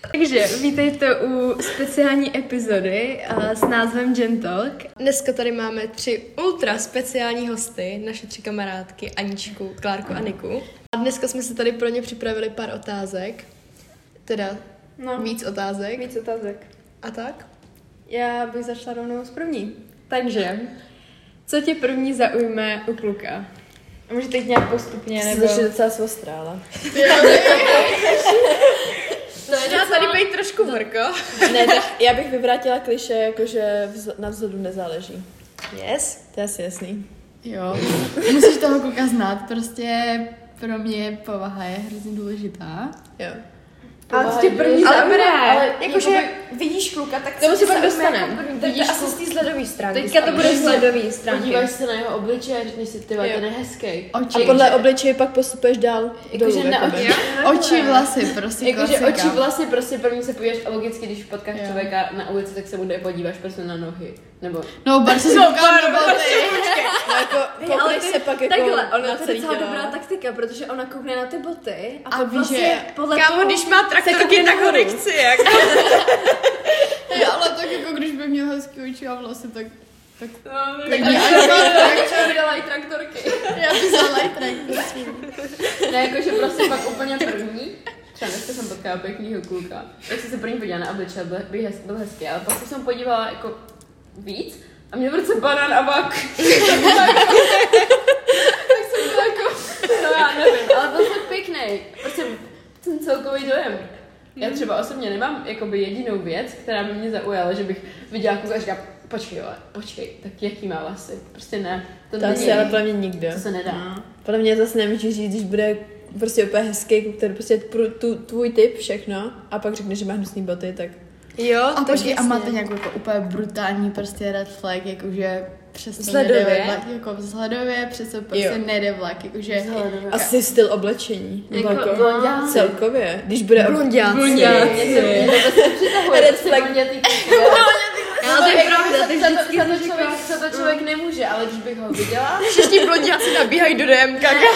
Takže vítejte u speciální epizody s názvem Gen Talk. Dneska tady máme 3 ultra speciální hosty, naše 3 kamarádky Aničku, Klárku a Niku. A dneska jsme si tady pro ně připravili pár otázek, teda víc otázek. Víc otázek. A tak? Já bych začala rovnou s první. Takže, co tě první zaujme u kluka? A můžete jít nějak postupně, nebo... Jsi docela svostrála. No, já tady být trošku mrko. Ne, tak já bych vyvrátila kliše, jakože na vzhledu nezáleží. Yes. To je asi jasný. Jo, musíš toho kluka znát, prostě pro mě povaha je hrozně důležitá. Jo. Ale co tě první zaujme? Ale jakože vidíš kluka, tak tomu se pak dostaneme. Vidíš asi z té sledové stránky. Teďka to bude sledový stránky. Podíváš se na jeho obličej a řekneš si, ty ten je hezký. Oči, A podle obličeje pak postupuješ dál Jakože dolů. na jakoby. oči, vlasy, prostě Jakože klasika. oči, vlastně prostě první se podíváš a logicky, když potkáš člověka na ulici, tak se mu podíváš prostě na nohy. Nebo... No, bar se koukám do boty. No, jako, koukneš se pak jako Takhle, ona na to je celý docela tělo. dobrá taktika, protože ona koukne na ty boty a A pak ví, vlastně že- podle Kámo, když má traktorky, tak ho nechci, jak. Ale tak jako když by měl hezký oči a vlasy, tak Takže vydala i traktorky. já bych vzala i traktor. Ne, jakože prostě pak úplně první. Třeba dneska jsem potkala pěknýho kluka. Jak jsem se první podívala na obličej, byl hezký, ale pak jsem podívala jako víc a měl v ruce banán a vak. Tak jsem byla jako, no já nevím, ale byl fakt pěknej. Prostě ten celkový dojem. Já třeba osobně nemám jakoby jedinou věc, která by mě zaujala, že bych viděla kluka a říkala, počkej, tak jaký má vlasy? Prostě ne. To asi ale podle mě nikdo. To se nedá. Podle mě zase nemůžeš říct, když bude prostě úplně hezký, který prostě tvůj typ, všechno, a pak řekneš, že má hnusný boty, tak... Jo, A tak počkej, a jasně. máte nějakou jako úplně brutální prostě red flag, jakože přesto Vzhledově? nejde vlak, jako vzhledově, přesto prostě Jo. nejde vlak, jakože... Asi styl oblečení. Nebo Jako jako blonďáci. celkově. Když bude... Blonďáci. Red flag. Ale to je pravda, ty vždycky to člověk nemůže, ale když bych ho viděla, Všichni blonďáci nabíhají do DM, kaka.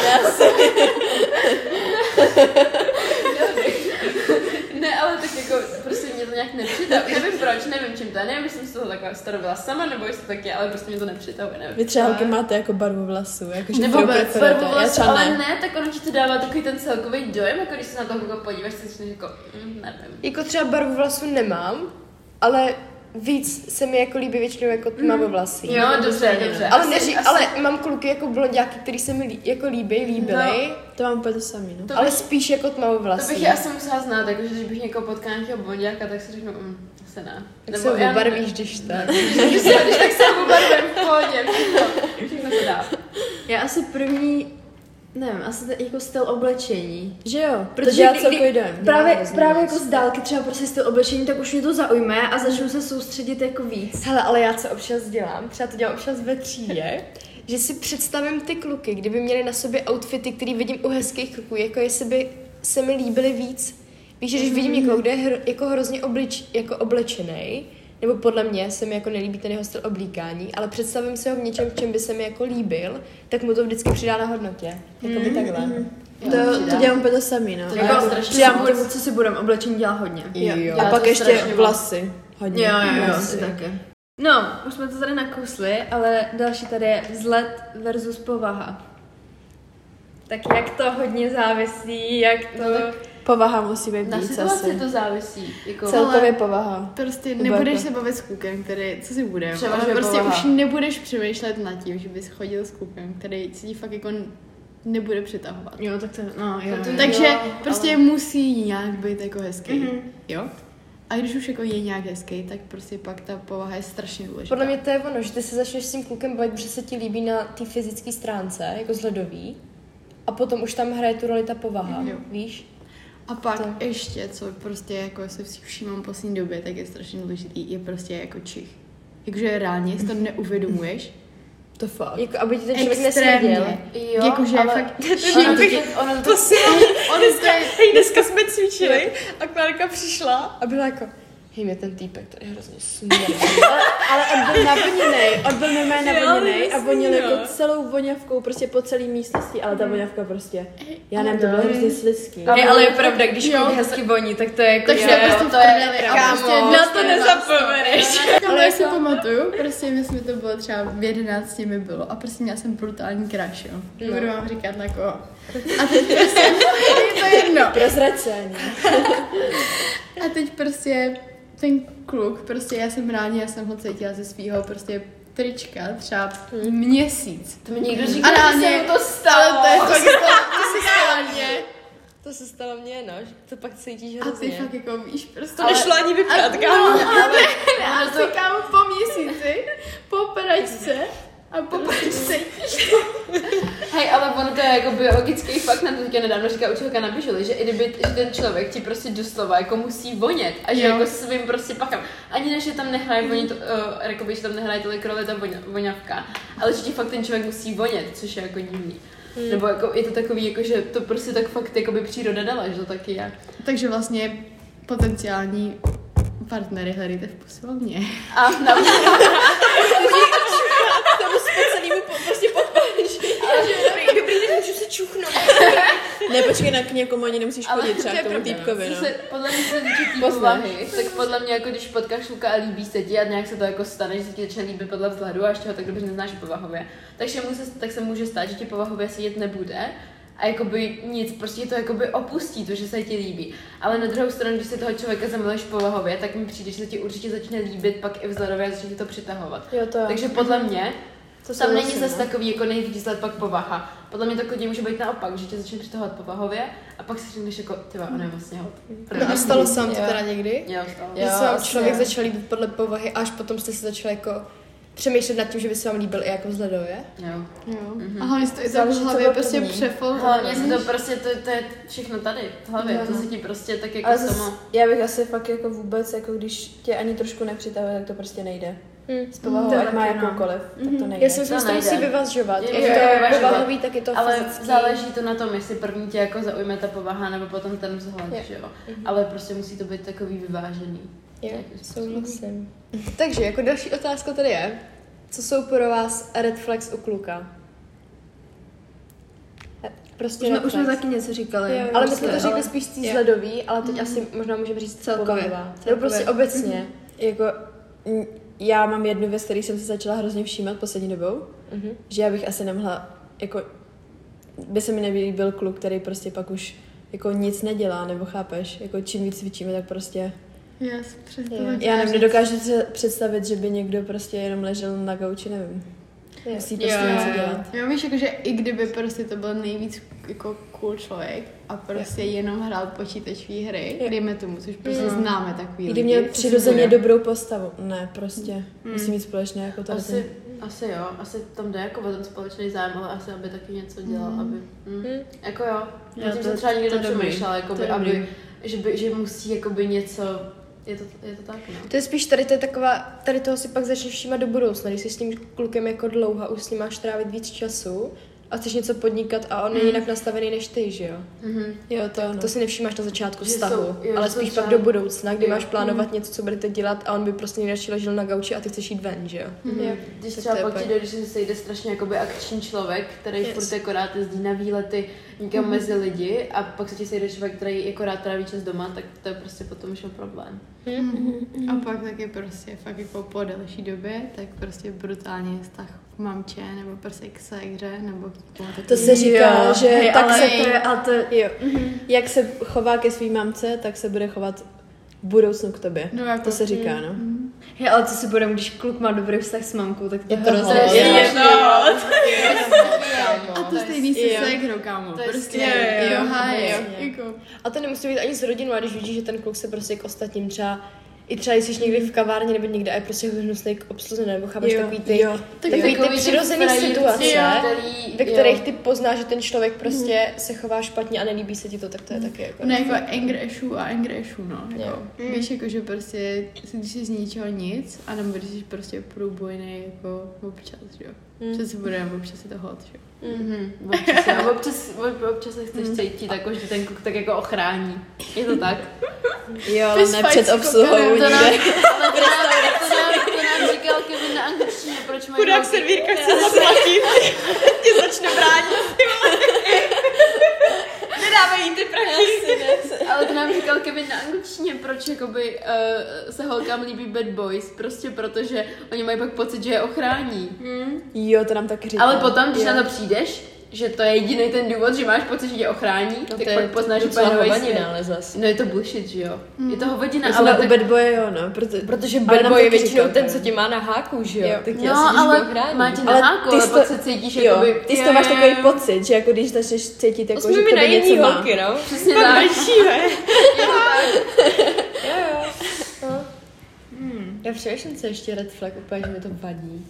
ne, ale tak jako prostě mě to nějak nepřitahuje. Nevím proč, nevím čím to je, nevím, jestli jsem z toho taková starovila sama, nebo jestli to tak je, ale prostě mě to nepřitahuje, nevím. Vy třeba holky máte jako barvu vlasů, jakože Nebo kterou preferujete. barvu Já vlasu, třeba ale ne. ne, tak ono ti to dává takový ten celkový dojem, jako když se na toho podíváš, si říkáš jako, nevím. Jako třeba barvu vlasů nemám, ale víc se mi jako líbí většinou jako tmavovlasý. Jo, dobře. Ale mám kluky jako blonďáky, který se mi jako líbily, To mám úplně to samý, no. ale spíš jako To tmavovlasý. bych je asi musela znát, jakože když bych někoho potkala nějakého blonďáka, tak si řeknu, se ne. Tak se obarvíš, když tak. Když tak se obarvím v pohodě, všechno se dá. Já asi první, nevím, asi jako styl oblečení. Že jo? To Protože dělá celkový dojem. Právě jako z dálky třeba prostě styl oblečení, tak už mě to zaujme a začnu se soustředit jako víc. Hele, ale já co občas dělám, třeba to dělám občas ve třídě, že si představím ty kluky, kdyby měli na sobě outfity, který vidím u hezkých kluků, jako jestli by se mi líbily víc. Víš, že když vidím někoho, kdo je jako hrozně jako oblečený, nebo podle mě se mi jako nelíbí ten jeho styl oblíkání, ale představím si ho v něčem, v čem by se mi jako líbil, tak mu to vždycky přidá na hodnotě. Jakoby takhle. To dělám úplně to samý, no. Jako strašně přidám tomu, co si budeme, oblečení dělá hodně. Jo. Já A pak to ještě strašně vlasy. Hodně. Jo, Vlasy. asi taky. No, už jsme to tady nakousli, ale další tady je vzhled versus povaha. Tak jak to hodně závisí, jak to... Povaha musí být Na víc situaci asi. to závisí. Jako... Celkově povaha. Prostě Uberko. nebudeš se bavit s klukem, který, co si budeme, ale Převažuje prostě povaha. už nebudeš přemýšlet nad tím, že bys chodil s klukem, který se ti fakt jako nebude přitahovat. Jo, tak to, no, jo. Takže Jo, prostě musí nějak být jako hezký, jo? A když už jako je nějak hezký, tak prostě pak ta povaha je strašně důležitá. Podle mě to je ono, že ty se začneš s tím klukem bavit, protože se ti líbí na té fyzické stránce, jako vzhledový, a potom už tam hraje tu roli ta povaha, Jo. víš? A pak ještě, co prostě jako se všímám v poslední době, tak je strašně důležitý, je prostě jako čich. Jakože reálně si to neuvědomuješ. To fakt. Jako, aby ti ten člověk Extrémně. nesvěděl. Jo, Jakože ale... fakt... Ono to Dneska jsme cvičili a Klárka přišla a byla jako, Hej, mě ten týpek tady hrozně smrdí. Ale on byl navoněnej, on byl normálně navoněnej a vonil jako celou voňavkou prostě po celý místnosti, ale ta voňavka prostě, já nevím, to bylo hrozně slizký. Hej, ale je pravda, když kluk hezky voní, tak to je jako, Takže prostě to je kámo. na to nezapomeneš. Ale já si pamatuju, prostě myslím, že to bylo třeba v 11 mi bylo a prostě měla jsem brutální crush, jo. Nebudu vám říkat na koho. A teď prostě, je to jedno. Prozrať se, ne? A teď prostě ten kluk, prostě já jsem ho cítila ze svýho prostě trička třeba měsíc. To mi někdo A říká, že reálně, se mu to stalo. ale to je fakt, to se stalo mně. To se stalo mně, no, že to pak cítíš A ty hrozně. fakt jako víš, prostě. To nešlo ani vyprat, kámo. Ale to kámo po měsíci, po pračce a po pračce. Hej, ale ono to je jako biologický fakt, na to teďka nedávno říká učitelka na Bižuli, že i kdyby že ten člověk ti prostě doslova jako musí vonět a že jako svým prostě pachem. Ani než že tam nehraje vonět, jakoby, že tam nehraje tolik roli ta voňavka, ale že ti fakt ten člověk musí vonět, což je jako divný. Nebo jako je to takový, jako, že to prostě tak fakt jakoby příroda dala, že to taky je. Takže vlastně potenciální partnery hledejte v posilovně. A na Tomu spocenému prostě podpáš. Dobrý, den, můžu se čuchnout. Ne, počkej, k někomu ani nemusíš Ale chodit, třeba to je k tomu pravda, týpkovi, no. Podle mě se týče té povahy, tak podle mě jako když potkáš kluka a líbí se ti a nějak se to jako stane, že se ti začne líbit podle vzhledu a ještě ho tak dobře neznáš povahově, tak se může stát, že ti povahově sedět nebude a jakoby nic, prostě to jakoby opustí to, že se ti líbí. Ale na druhou stranu, když se toho člověka zamiluješ povahově, tak mi přijde, že se ti určitě začne líbit pak i vzhledově a začne ti to přitahovat. Jo, to. Takže podle mě To tam není souhlasím, zase no. takový jako nejvíc vzhled pak povaha. Podle mě to klidně může být naopak, že tě začne přitahovat povahově a pak si řekneš jako, tyva, ona je vlastně hot. No a stalo se vám to teda někdy? Jo, stalo. Že se vám člověk začal líbit podle povahy a až potom jste se začali jako přemýšlet nad tím, že by se vám líbil i jako vzhledově? Jo. A hlavně to i v Záleží, co hlavě bylo prostě první. přefol. Hlavně se to prostě, to je všechno tady, v hlavě, to se ti prostě tak jako Ale samo. já bych asi fakt jako vůbec, jako když tě ani trošku nepřitahuje, tak to prostě nejde. S povahou, To je ať má taky, no. jakoukoliv, tak to nejde. Já si myslím, že to musí nejde. vyvažovat. Je Jak to to je vyvažovat. povahový, tak je to Ale fyzický. záleží to na tom, jestli první tě jako zaujme ta povaha, nebo potom ten vzhled, že jo. Ale prostě musí to být takový vyvážený. Jo, souhlasím. Takže jako další otázka tady je, co jsou pro vás red flags u kluka? Prostě red Už jsme flags. taky něco říkali. Jo, Ale my jsme to ale- řekli spíš z té vzhledový, ale teď asi možná můžeme říct Celkově. povahová. Nebo prostě obecně. Jako, já mám jednu věc, který jsem se začala hrozně všímat poslední dobou, že já bych asi nemohla, jako, by se mi nelíbil kluk, který prostě pak už jako nic nedělá, nebo chápeš, jako čím víc cvičíme, tak prostě, Yes, přesně. já nevím, nedokážu si představit, že by někdo prostě jenom ležel na gauči, nevím. Musí prostě něco dělat. Jo, víš, jakože i kdyby prostě to byl nejvíc jako cool člověk a prostě jenom hrál počítačové hry, dejme tomu, což prostě známe takový Kdy měl přirozeně dobrou postavu. Ne, prostě. Musí mít společné jako tady. Asi jo, asi tam jde jako o ten společný zájem, ale asi aby taky něco dělal, aby, jako jo, já jsem se třeba nikdy nepřemýšlela, jakoby, aby, že musí jakoby něco, je to tak, no. To je spíš tady, to je taková, tady toho si pak začneš všímat do budoucna, když jsi s tím klukem jako dlouho, už s ním máš trávit víc času a chceš něco podnikat a on je jinak nastavený než ty, že jo? Jo, to ano. To si nevšímáš na začátku Že vztahu, jsou- jo, ale že jsou spíš třeba- pak do budoucna, kdy Jo. máš plánovat něco, co budete dělat a on by prostě nejradši ležel na gauči a ty chceš jít ven, že jo? Jo. Když Tak třeba to je pak pak- ti dojde, že se sejde strašně jakoby akční člověk, který Yes. furt jako rád jezdí na výlety někam mezi lidi a pak se ti sejde člověk, který jako rád tráví čas doma, tak to je prostě potom už problém. A pak taky prostě fakt jako po delší době, tak prostě brutálně vztah k mamče, nebo prostě k ségře, nebo k tomu To se říká, Jo, že hej, tak ale se to je, ale to je, jo. Jak se chová ke svý mamce, tak se bude chovat v budoucnu k tobě. No, jako- To se říká, no. hej, ale co si budeme, když kluk má dobrý vztah s mamkou, tak to Je to hrozně hrozně. A to stejný se ségrou, kámo. To je Prostě, skvělé. jo, Jo. jako. A to nemusí být ani s rodinou, a když vidíš, že ten kluk se prostě k ostatním třeba i třeba jsi někdy v kavárně nebo někde a je prostě hnusný k obsluze, nebo chápeš takový ty, takový ty přirozený situace, ve kterých ty poznáš, že ten člověk prostě se chová špatně a nelíbí se ti to, tak to je taky jako... Ne, jako anger issue, no. Jako, víš, jako, že prostě, když jsi z ničeho nic, anebo když jsi prostě průbojný, jako občas, že jo. Přece budeme, občas je to hot, že jo. Občas se chceš cítit, jako, že ten kluk tak jako ochrání. Je to tak? Jo, ale ne před obsluhou To nikde. nám říkal Kevin na angličtině, proč mají Chudák servírka chce zaplatit. Tě začne bránit. Nedávají jí ty prachy. Ale to nám říkal Kevin na angličtině, proč jakoby se holkám líbí bad boys, prostě protože oni mají pak pocit, že je ochrání. Jo, to nám taky říkal. Ale potom, když Jo. na to přijdeš, že to je jediný ten důvod, že máš pocit, že tě ochrání, No tak pak poznáš úplně nový svět. No je to bullshit, že jo? Je to hovadina, Ale ale u bad boye jo, no. Protože ale bad nám boy je taky většinou říkal, ten, no. co tě má na háku, že jo? Jo. Tak tě no, asi ale těžko ochrání. má tě na Ale háku, ty ale jsi pak to- se cítíš Jo, jakoby... ty z toho máš takový pocit, že jako když začneš cítit, jako, že Jsme mi to na něco jiný má. holky, no. Přesně tak. Já přemýšlím, co ještě red flag, úplně, že mi to vadí.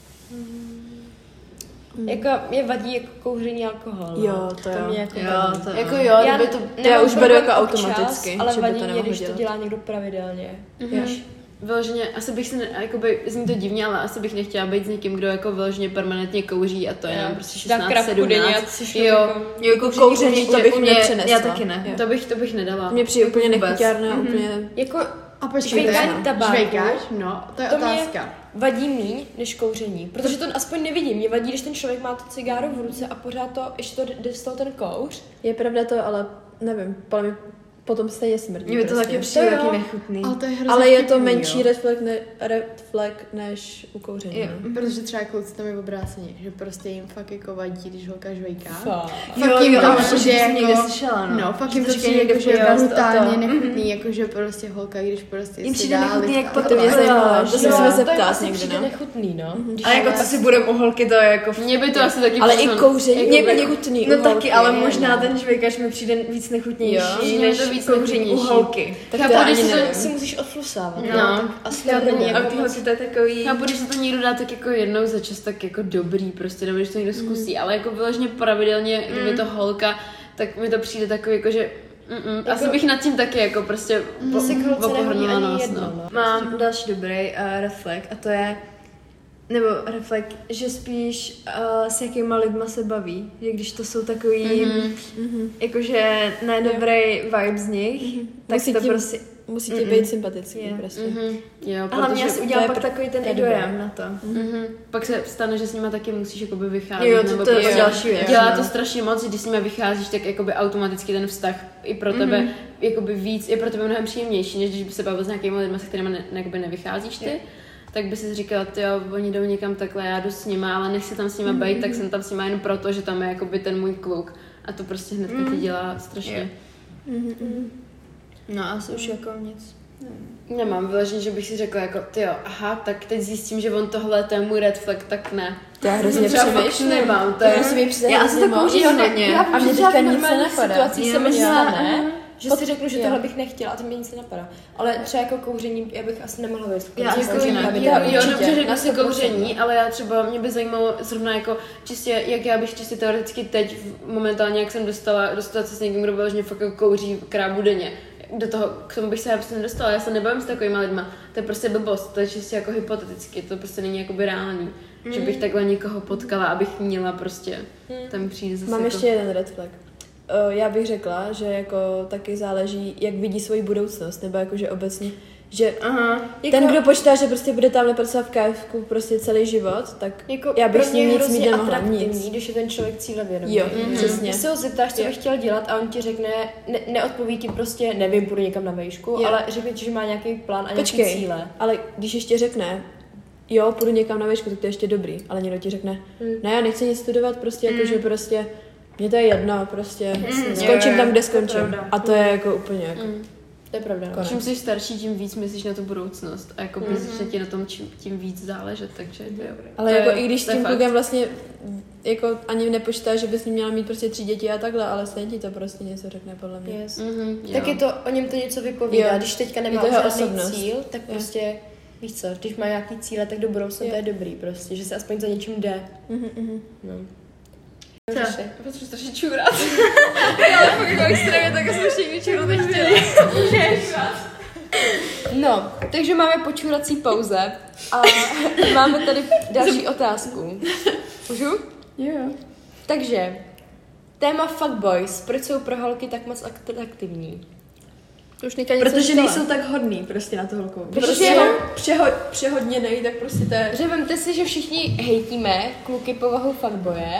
Jako, mě vadí jako kouření alkohol. no. Jo, to jo. mě jako Jo, vadí. to jako jo, Já, kdyby to... já už beru problém jako občas, automaticky, ale že by vadí to mě, nemohl když to dělat. dělá někdo pravidelně. Víš? Vyloženě, asi bych se, jakoby, zní to divně, ale asi bych nechtěla být s někým, kdo jako vyloženě permanentně kouří a to je nám prostě Dá 16, krapku denně a 17. ty jsi Jo, Jako kouření, to bych nepřenesla. Já taky ne. Jo. to bych nedala. Mně přijde úplně Vůbec. nechutárné, úplně... Jako A počkejte, žvejkání tabáku. žvejkáš? No, to je To mě- otázka. vadí míň než kouření, protože to aspoň nevidím. Mě vadí, když ten člověk má to cigáro v ruce a pořád to, ještě to jde z toho ten kouř. Je pravda to, ale nevím, podle mě potom stejně smrdí. Mně by to prostě. taky přijde To jo. taky nechutný. Ale to je hrozně Ale je to vtipný, menší jo. red flag než u kouření. Jo. no. Protože třeba kluci tam je obráceně, že prostě jim fakt jako vadí, když holka žvejká. Fakt. Fakt jim to ale přijde to jsem někde jako... slyšela, no. No, fakt Že jim to to říkají přijde někde jako, v že je podcastu brutálně nechutný, jako že prostě holka, když prostě Jim si přijde dá nechutný, jak lidka. To mě zajímalo, to jsem se to zeptat je asi někdy, přijde no. nechutný, no. Ale jako co si budeme u holky, to je jako... Mně by to asi taky Ale i přišlo- kouření jako mě by- nechutný No u taky, holky, ale no. možná ten žvejkač mi přijde víc nechutnější, Jo, mně je než to víc kouření u nechutnější. holky. Tak Chápu, to když ani se to- nevím. Si musíš odflusávat. No. Tak asi to není A jako ty moc. holky to je takový... Chápu, když se to někdo dá tak jako jednou za čas, tak jako dobrý prostě, nebo když to někdo zkusí, ale jako vyloženě pravidelně, kdyby to holka, tak mi to přijde takový jako, že asi bych nad tím taky jako prostě To si k holce nehodí opohrnula ani nos, jedno, no. no. Mám další dobrý red flag a to je, nebo red flag, že spíš s jakýma lidma se baví, že když to jsou takový, jakože nedobrý vibe z nich, tak Musí to ti- prostě... Musí ti být sympatický Je. prostě. Jo, A hlavně já protože si udělám to je pak takový ten to je i dojem na to. pak se stane, že s nima taky musíš jakoby vycházet, Jo, nebo to je prostě další věc. dělá no. to strašně moc, že když s nimi vycházíš, tak jakoby automaticky ten vztah i pro tebe jakoby víc, je pro tebe mnohem příjemnější, než když by se bavil s nějakými lidmi, se kterými jakoby nevycházíš ty. Tak by si říkala, ty jo, oni jdou někam takhle, já jdu s nima, ale nechci tam s nima být, tak jsem tam s nima jen proto, že tam je jakoby ten můj kluk. A to prostě hnedka ti dělá strašně. No asi už jako nic. Nemám vyloženě, že bych si řekla jako, ty jo, aha, tak teď zjistím, že on tohle, to je můj red flag, tak ne. To já hrozně Třeba fakt přemýšlím. nemám, to je... To mi přijde Já asi hrozně to moc. kouřím hodně. A mě teďka nic nenapadá. Situacích se mi Já- stane, že si řeknu, že Jo. tohle bych nechtěla a to mi nic nenapadá. Ale třeba jako kouření, já bych asi nemohla být. Já Jako jako žena by Jo, dala, určitě. dobře, řeknu Na si 100%. kouření, ale já třeba, mě by zajímalo zrovna jako čistě, jak já bych čistě teoreticky teď, momentálně, jak jsem dostala se s někým, kdo vyloženě fakt jako kouří krávu denně. Do toho, k tomu bych se já prostě nedostala, já se nebavím s takovýma lidma, to je prostě blbost, to je čistě jako hypoteticky, to prostě není jakoby reálný, že bych takhle někoho potkala, abych měla prostě, tam přijde zase Mám jako... ještě jeden red flag. Já bych řekla, že jako taky záleží, jak vidí svoji budoucnost, nebo jakože obecně, že Aha. ten, kdo počítá, že prostě bude tamhle pracovat v KFku prostě celý život, tak Jako já bych pro s mě ním je nic mít hrozně nemohla, atraktivní, nic. když je ten člověk cílevědomý. Jo, přesně. Když se ho zeptáš, co by chtěl dělat a on ti řekne, neodpoví ti prostě, nevím, půjdu někam na vejšku, Jo. ale řekne ti, že má nějaký plán a nějaký Počkej, cíle. ale když ještě řekne, jo, půjdu někam na výšku, tak to je ještě dobrý, ale někdo ti řekne, ne, já nechci nic studovat, prostě jakože prostě, mě to je jedno, prostě skončím Jo, tam, kde to je skončím. pravda. A to je jako úplně jako, To je pravda. No. Čím jsi starší, tím víc myslíš na tu budoucnost a jako začne ti na tom tím víc záležet, takže to je ale to jako je- i když s to je tím fakt. klukem vlastně jako ani nepočítá, že bys s ním měla mít prostě 3 děti a takhle, ale stejně ti to prostě něco řekne podle mě. Yes. Jo. Tak je to, o něm to něco vypovídá. Jo. Když teďka Je nemá to jeho žádný osobnost. cíl, tak Jo. prostě víš co, když má nějaký cíle, tak do budoucna to je dobrý prostě, že se aspoň za něčím jde. No. Potřebuji strašně čůrat. No, takže máme počurací pauze a máme tady další otázku. Můžu? Jo. Takže, téma fuckboys, proč jsou pro holky tak moc atraktivní? To už Nika něco Protože říkala. nejsou tak hodný prostě na to holku. Když Protože- jsou přehodněnej, tak prostě to je... Že vemte si, že všichni hejtíme kluky povahou fuckboye.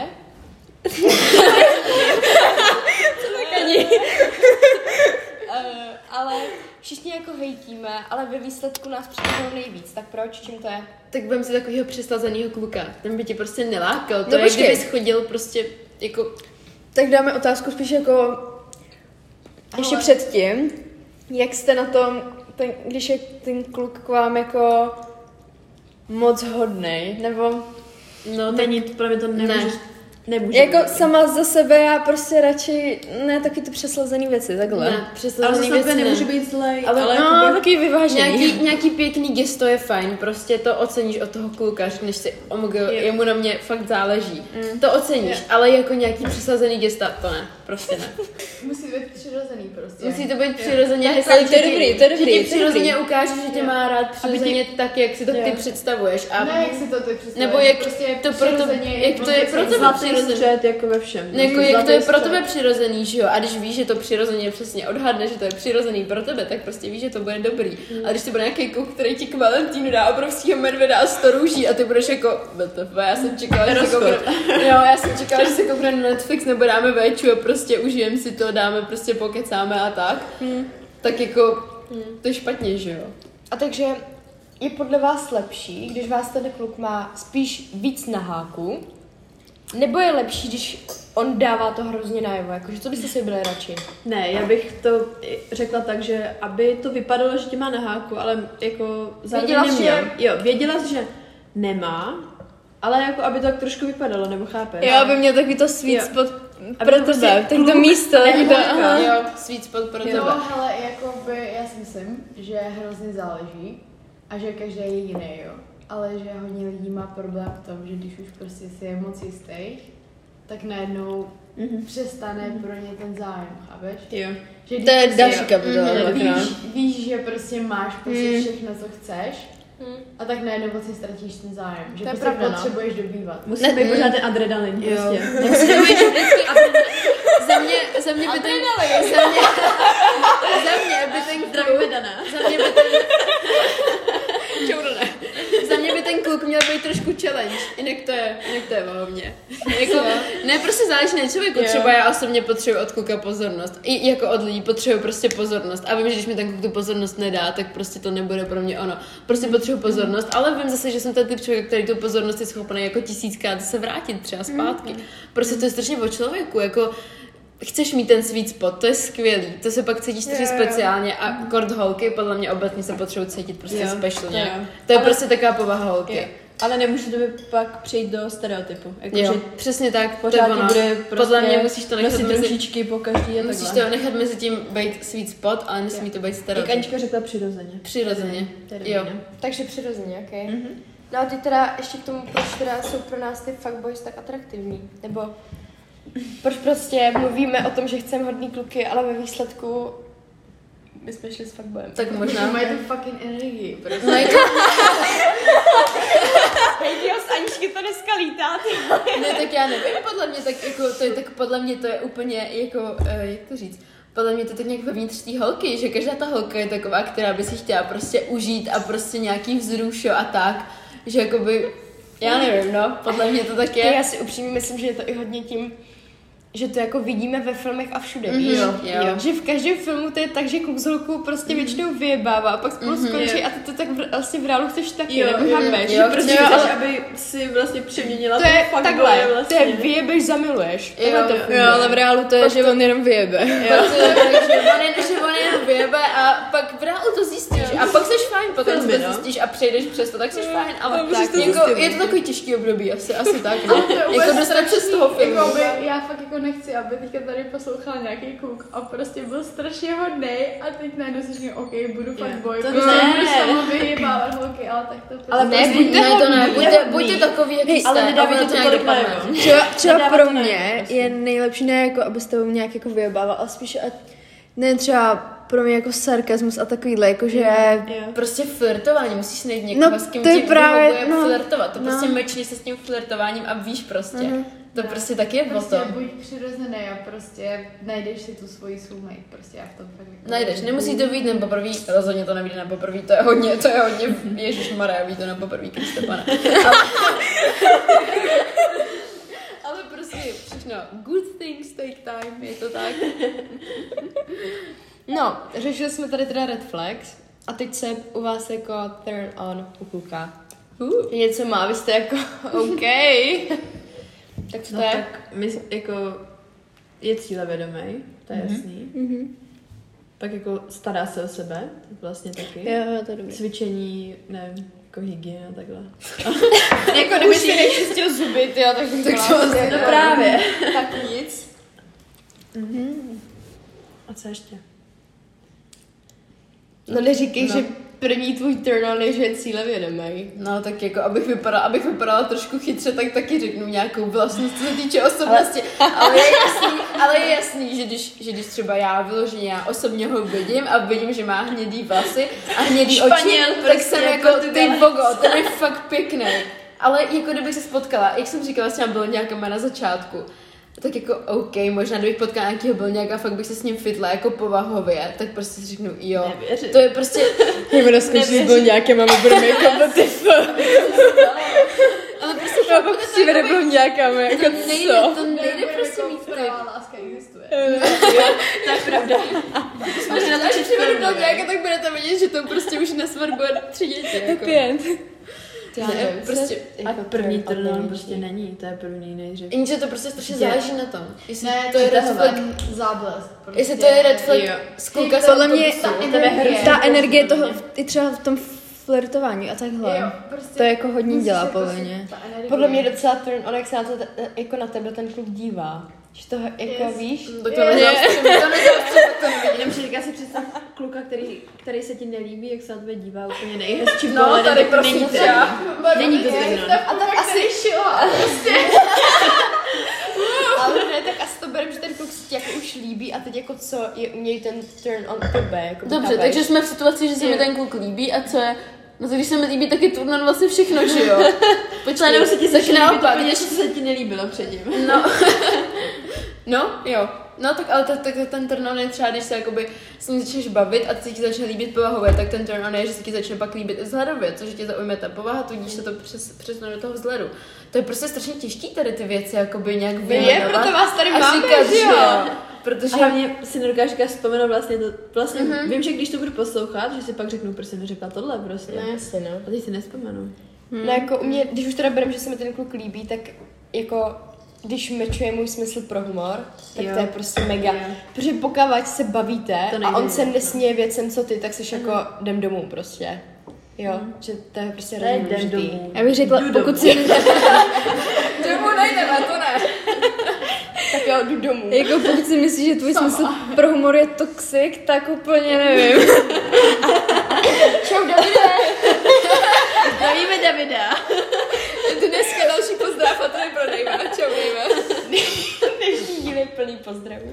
Ale všichni jako hejtíme, ale ve výsledku nás přitahují nejvíc. Tak proč? Čím to je? Tak vem si takového přestazenýho kluka. Ten by tě prostě nelákal. To No je, počkej. kdybys chodil prostě jako... Tak dáme otázku spíš jako ještě předtím, jak jste na tom, když je ten kluk k vám jako moc hodnej, nebo No, tak Není, podle mě to nemůže jako být. sama za sebe já prostě radši ne taky ty přeslazený věci, takhle. ne, Ale přestazený zase věci nemůže ne. být zlej, Ale ale no, jakoby- takový vyvážený. Nějaký pěkný gesto je fajn, prostě to oceníš od toho kluka, řekneš si, jemu na mě fakt záleží. To oceníš, ale jako nějaký přesazený gesta, to ne, prostě ne. Musí být přirozený prostě. Musí to být přirozeně, Tak, ale to je dobrý, to je že dobrý, ti to je přirozeně dobrý. ukáže, že tě má rád přirozeně tak, jak si to ty představuješ. A Ne, jak si to ty představuješ. nebo jak prostě to pro to, jak to je pro tebe zlatý přirozený. střed jako ve všem. Jako jak to je pro Zlatý tebe přirozený, že jo? A když víš, že to přirozeně přesně odhadne, že to je přirozený pro tebe, tak prostě víš, že to bude dobrý. A když to bude nějaký kluk, který ti k Valentínu dá obrovského medvěda a 100 růží a ty budeš jako, BTF, já jsem čekala, že se koukneme, já jsem čekala, že se koukneme na Netflix nebo dáme véču a prostě užijeme si to, dáme prostě pokecáme a tak. Tak jako, to je špatně, že jo? A takže je podle vás lepší, když vás ten kluk má spíš víc na háku, nebo je lepší, když on dává to hrozně najevo? Jakože co byste si byli radši? Ne, já bych to řekla tak, že aby to vypadalo, že tě má na háku, ale jako zároveň Věděla jsi, neměl. Jo, věděla jsi, že nemá, ale jako aby to tak trošku vypadalo, nebo chápeš? Jo, aby měl takový to sweet Jo. spot Aby pro to prostě tebe, tak to kluk místo, tak to, neholka. aha. Jo, sweet spot pro tebe. No, hele, jakoby, já si myslím, že hrozně záleží a že každý je jiný, jo. Ale že hodně lidí má problém v tom, že když už prostě si je moc jistý, tak najednou přestane pro ně ten zájem, chápeš? Jo. Že když To je prostě další kapitola. víš, že prostě máš prostě všechno, co chceš, a tak najednou vlastně ztratíš ten zájem, že To je prostě pravda, no. potřebuješ dobývat. Musí být pořád ten adrenalin prostě. Za mě by ten... Za mě by ten kluk měl být trošku challenge, jinak to je o mě. Jako, ne, prostě záleží na člověku, třeba já osobně potřebuji od kluka pozornost. I jako od lidí potřebuji prostě pozornost. A vím, že když mi ten kluk tu pozornost nedá, tak prostě to nebude pro mě ono. Prostě potřebuji pozornost, ale vím zase, že jsem ten typ člověka, který tu pozornost je schopný jako 1000krát se vrátit třeba zpátky. Prostě to je strašně o člověku, jako chceš mít ten sweet spot, to je skvělý, to se pak cítíš strašně speciálně a kord holky podle mě obecně se potřebují cítit prostě speciálně. jo. To je prostě taková povaha holky. Jo. Ale nemůže to by pak přejít do stereotypu. Jako, Jo, že přesně tak, to je pořád ono. bude prostě Podle mě musíš to nechat nosit mezi, ružičky po každý a musíš takhle. to nechat mezi tím být sweet spot, ale nesmí to být Jak stereotyp. Anička řekla přirozeně. Přirozeně. Termín. Jo. Takže přirozeně, okej. No a ty teda ještě k tomu, proč teda jsou pro nás ty fuckboys tak atraktivní? Nebo proč prostě mluvíme o tom, že chceme hodný kluky, ale ve výsledku my jsme šli s fuckboyem. Tak Že možná. mají tu fucking energii, prostě. No, Hej, z Aničky to dneska lítá, ne, tak já nevím, podle mě tak jako, podle mě to je úplně jako, jak to říct, podle mě to tak nějak vevnitř té holky, že každá ta holka je taková, která by si chtěla prostě užít a prostě nějaký vzrušo a tak, že jakoby, já nevím, no, podle mě to tak je. Já si upřímně myslím, že je to i hodně tím, že to jako vidíme ve filmech a všude, víš? Jo. Že v každém filmu to je tak, že kluk s holkou prostě většinou vyjebává a pak spolu skončí a ty to tak vlastně v reálu chceš taky, nebo chápeš? jo, Prostě jo, chceš, ale- aby si vlastně přeměnila To je fuckboye takhle, vlastně. to je vyjebeš, zamiluješ. Jo, Takhle to jo, funguje. Jo, ale v reálu to je, že on jenom vyjebe. Že on jenom vyjebe a pak v reálu to zjistíš a pak seš fajn, potom Filmy, to no. zjistíš a přejdeš přes to, tak seš fajn, ale můžeš tak, to jako, zjistit, je to takový těžký období, asi tak, ne? Jako dostat se z toho filmu. Jakoby, já fakt jako nechci, aby teďka tady poslouchal nějaký kluk a prostě byl strašně hodnej a teď najednou si říkám, OK, budu fuckboy, To prostě ne. budu sama vyjebávat holky, ale tak to prostě... Ale Ne, prostě buďte takový, jaký jste, ale nedává aby to nějak tolik dopadne. najevo. Třeba Nedává pro to najevo, mě prostě. je nejlepší ne jako, aby s tebou nějak jako vyjebával, ale spíš, ne třeba pro mě jako sarkazmus a takovýhle, jakože... Prostě flirtování, musíš najít někoho, No, s kým to je ti právě, vyhovuje no. flirtovat. To No. prostě mečni se s tím flirtováním a víš prostě. To prostě taky je o Prostě tom. buď přirozený a prostě najdeš si tu svoji soulmate, prostě já v tom fakt jako... Najdeš, nemusí to být na poprvé, rozhodně to nevíde na poprvé, to je hodně, ježišmarja, ví to na poprvé, Kriste pane. Ale prostě všechno, good things take time, je to tak. No, řešili jsme tady teda red flags a teď se u vás jako turn on u kluka. Něco má, vy jste jako OK. Tak co to No je? tak my jako je cílevědomý, to je jasný. Pak jako stará se o sebe, vlastně taky. Jo, to je dobrý. Cvičení, nevím, jako hygiena, takhle. Jako kdyby si nečistil zuby, jo, tak bych Tak to vlastně No právě. Tak nic. A co ještě? No neříkej, že první tvůj turn on je, že je cílevědomý. No tak jako, abych vypadala trošku chytře, tak taky řeknu nějakou vlastnost, co se týče osobnosti. Ale je jasný, že když třeba já osobně ho vidím a vidím, že má hnědý vlasy a hnědý oči, tak jsem jako ty bogo, ten je fakt pěkný. Ale jako kdybych se spotkala, jak jsem říkala s těma blonďákama na začátku, tak jako OK, možná kdybych potkala nějakýho blonďáka a fakt bych se s ním fitla jako povahově, tak prostě si řeknu jo. Nevěřím. To je prostě... Jmenuji skončit byl nějaké, máme budeme jako Ale prostě chápu, si vede byl nějaká, jako to nejde prostě mít typ. láska existuje. To je pravda. Možná na to, že přivedu blonďáka, tak budete vidět, že to prostě už nesvrbuje 3 děti. Jako. Ne, prostě... A první turn prostě není, to je první nejdřív. Jenže to prostě strašně záleží na tom. Jestli Ne, to je red flag, ten záblesk. Prostě. jestli to je red flag Jo. z kluka Podle mě ta je energie toho, i třeba v tom flirtování a takhle. Jo, prostě To jako hodně musíš dělá, jako podle si- mě. ta energie- Podle mě docela turn on, jak se na to jako na tebe ten kluk dívá. Že to jako Yes. víš? Tak to nezástřím, tak to nevidím. Jenom si říká si představ kluka, který se ti nelíbí, jak se na tebe dívá úplně nejhezčí No, pohledem, tady tak prosím není tě. to. Není to Já tak, jsem a tak asi šila. Ale ne, tak asi to berem, že ten kluk si tě jako už líbí a teď jako co je u něj ten turn on tebe. Jako Dobře, takže jsme v situaci, že se mi ten kluk líbí a co je... No to když se mi líbí, tak je turn vlastně všechno, že jo? Počkej, Nebo se ti tak začne líbit, naopak. úplně, že se ti nelíbilo předtím. No, jo. No tak ale ten turn on je třeba, když se jakoby s ním začneš bavit a se ti začne líbit povahově, tak ten turn on je, že se ti začne pak líbit i vzhledově, což tě zaujme ta povaha, tudíž se to přesune do toho vzhledu. To je prostě strašně těžký tady ty věci jakoby nějak vyjmenovat. proto vás tady a máme, říkat, že jo? Protože A hlavně si nedokážu vzpomenout vlastně to, vím, že když to budu poslouchat, že si pak řeknu, proč jsem neřekla tohle prostě. No jasně, no. A teď si nespomenu. No jako u mě, když už teda berem, že se mi ten kluk líbí, tak jako když mečuje můj smysl pro humor, tak Jo. to je prostě mega. Jo. Protože pokud se bavíte To a nejde on se jinak, nesměje věcem, co ty, tak jsi jako jdem domů prostě. Jo, že to je prostě hrozně Jdem důležitý. domů. Já bych řekla, Jdu pokud domů. si, domů nejdeme, to ne. Tak jo, jdu domů. jako pokud si myslíš, že tvůj smysl pro humor je toxic, tak úplně nevím. Čau, Davide! Zdravíme Davida. Dneska další pozdrav a to neprodejme. Čau, dejme. Dnešní díl je plný pozdravů.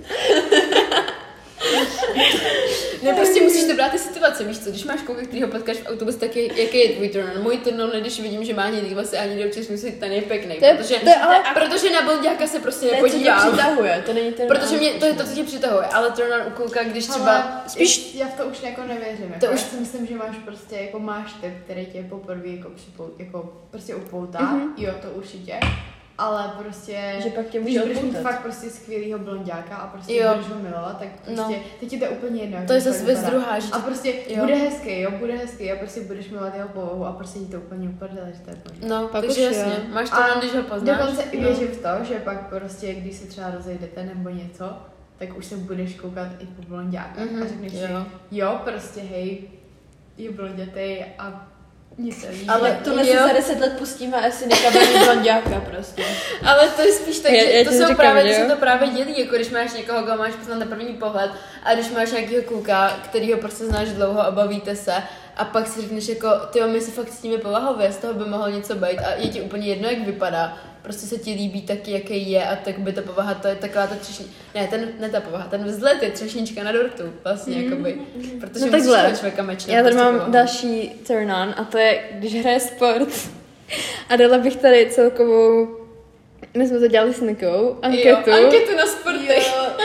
Ne, prostě musíš to brát ty situace, víš co, když máš kluka, kterýho potkáš v autobuse, tak jaký je tvůj turn on? Můj turn on, když vidím, že má hnědý vlasy a ani občas musí, ten je pěkný, protože na blonďáka se prostě To je, co tě nepodívám. přitahuje, to není ten... Protože mě, to je to, co tě přitahuje, ale turn on u kluka, když třeba... Ale spíš já v to už jako nevěřím. Jako To už- já si myslím, že máš prostě jako máš typ, který tě poprvé jako jako prostě upoutá. Jo, to určitě. Ale prostě, Že pak tě když může budeš mít odpoutat. fakt prostě skvělýho blonďáka a prostě Jo. budeš ho milovat, tak prostě No. teď ti to je úplně jedno. jak To je to zase věc vypadá. druhá, že A prostě jo. bude hezký a prostě budeš milovat jeho povahu a prostě ti to úplně uprdele, že to je možné. No, Pak takže už jasně, jo. máš turn on, když ho poznáš. Dokonce i no. věřím v to, že pak prostě, když se třeba rozejdete nebo něco, tak už se budeš koukat i po blonďákách a řekneš si, jo, prostě hej, je blondětej a mně se líbí. Ale tohle si Jo. za 10 let pustíme asi nekabelní blonďáka prostě. Ale to je spíš tak, Já že ti říkám, že to se jo. to právě dělí, jako když máš někoho, koho máš poznat na první pohled a když máš nějakého kluka, kterýho prostě znáš dlouho a bavíte se a pak si řekneš jako, tyjo, my si fakt cítíme povahově, z toho by mohlo něco být a je ti úplně jedno, jak vypadá. prostě se ti líbí taky, jaký je a tak by ta povaha, to je taková ta ten vzhled je třešnička na dortu vlastně, jakoby, protože No musíš takhle. toho člověka mečnout. Já tady prostě mám povahou. další turn on a to je, když hraje sport. A dala bych tady celkovou, my jsme to dělali s Nikou, anketu. Anketu na sporty.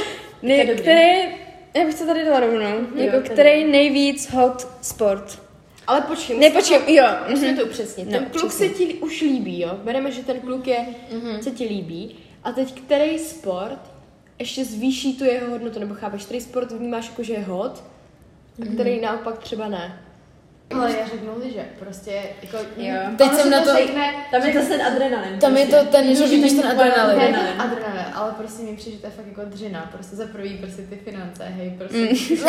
Já bych to tady dala rovnou. Jako který nejvíc hot sport. Ale počkej, Ne, počkej, jo. musíme to upřesnit. Ten No, kluk přesně. se ti už líbí, jo? Bereme, že ten kluk se ti líbí. A teď který sport ještě zvýší tu jeho hodnotu, nebo chápeš, který sport vnímáš jako, že je hot, a který naopak třeba ne. Ale já řeknu liže, prostě jako... Jo. Teď jsem na to, Tam je to ten adrenalin. tam je to ten, že vidíš ten adrenalin. Ne, adrenalin, ale prostě mi přijde, že to je fakt jako dřina, prostě za prvý prostě ty finance, hej, prostě.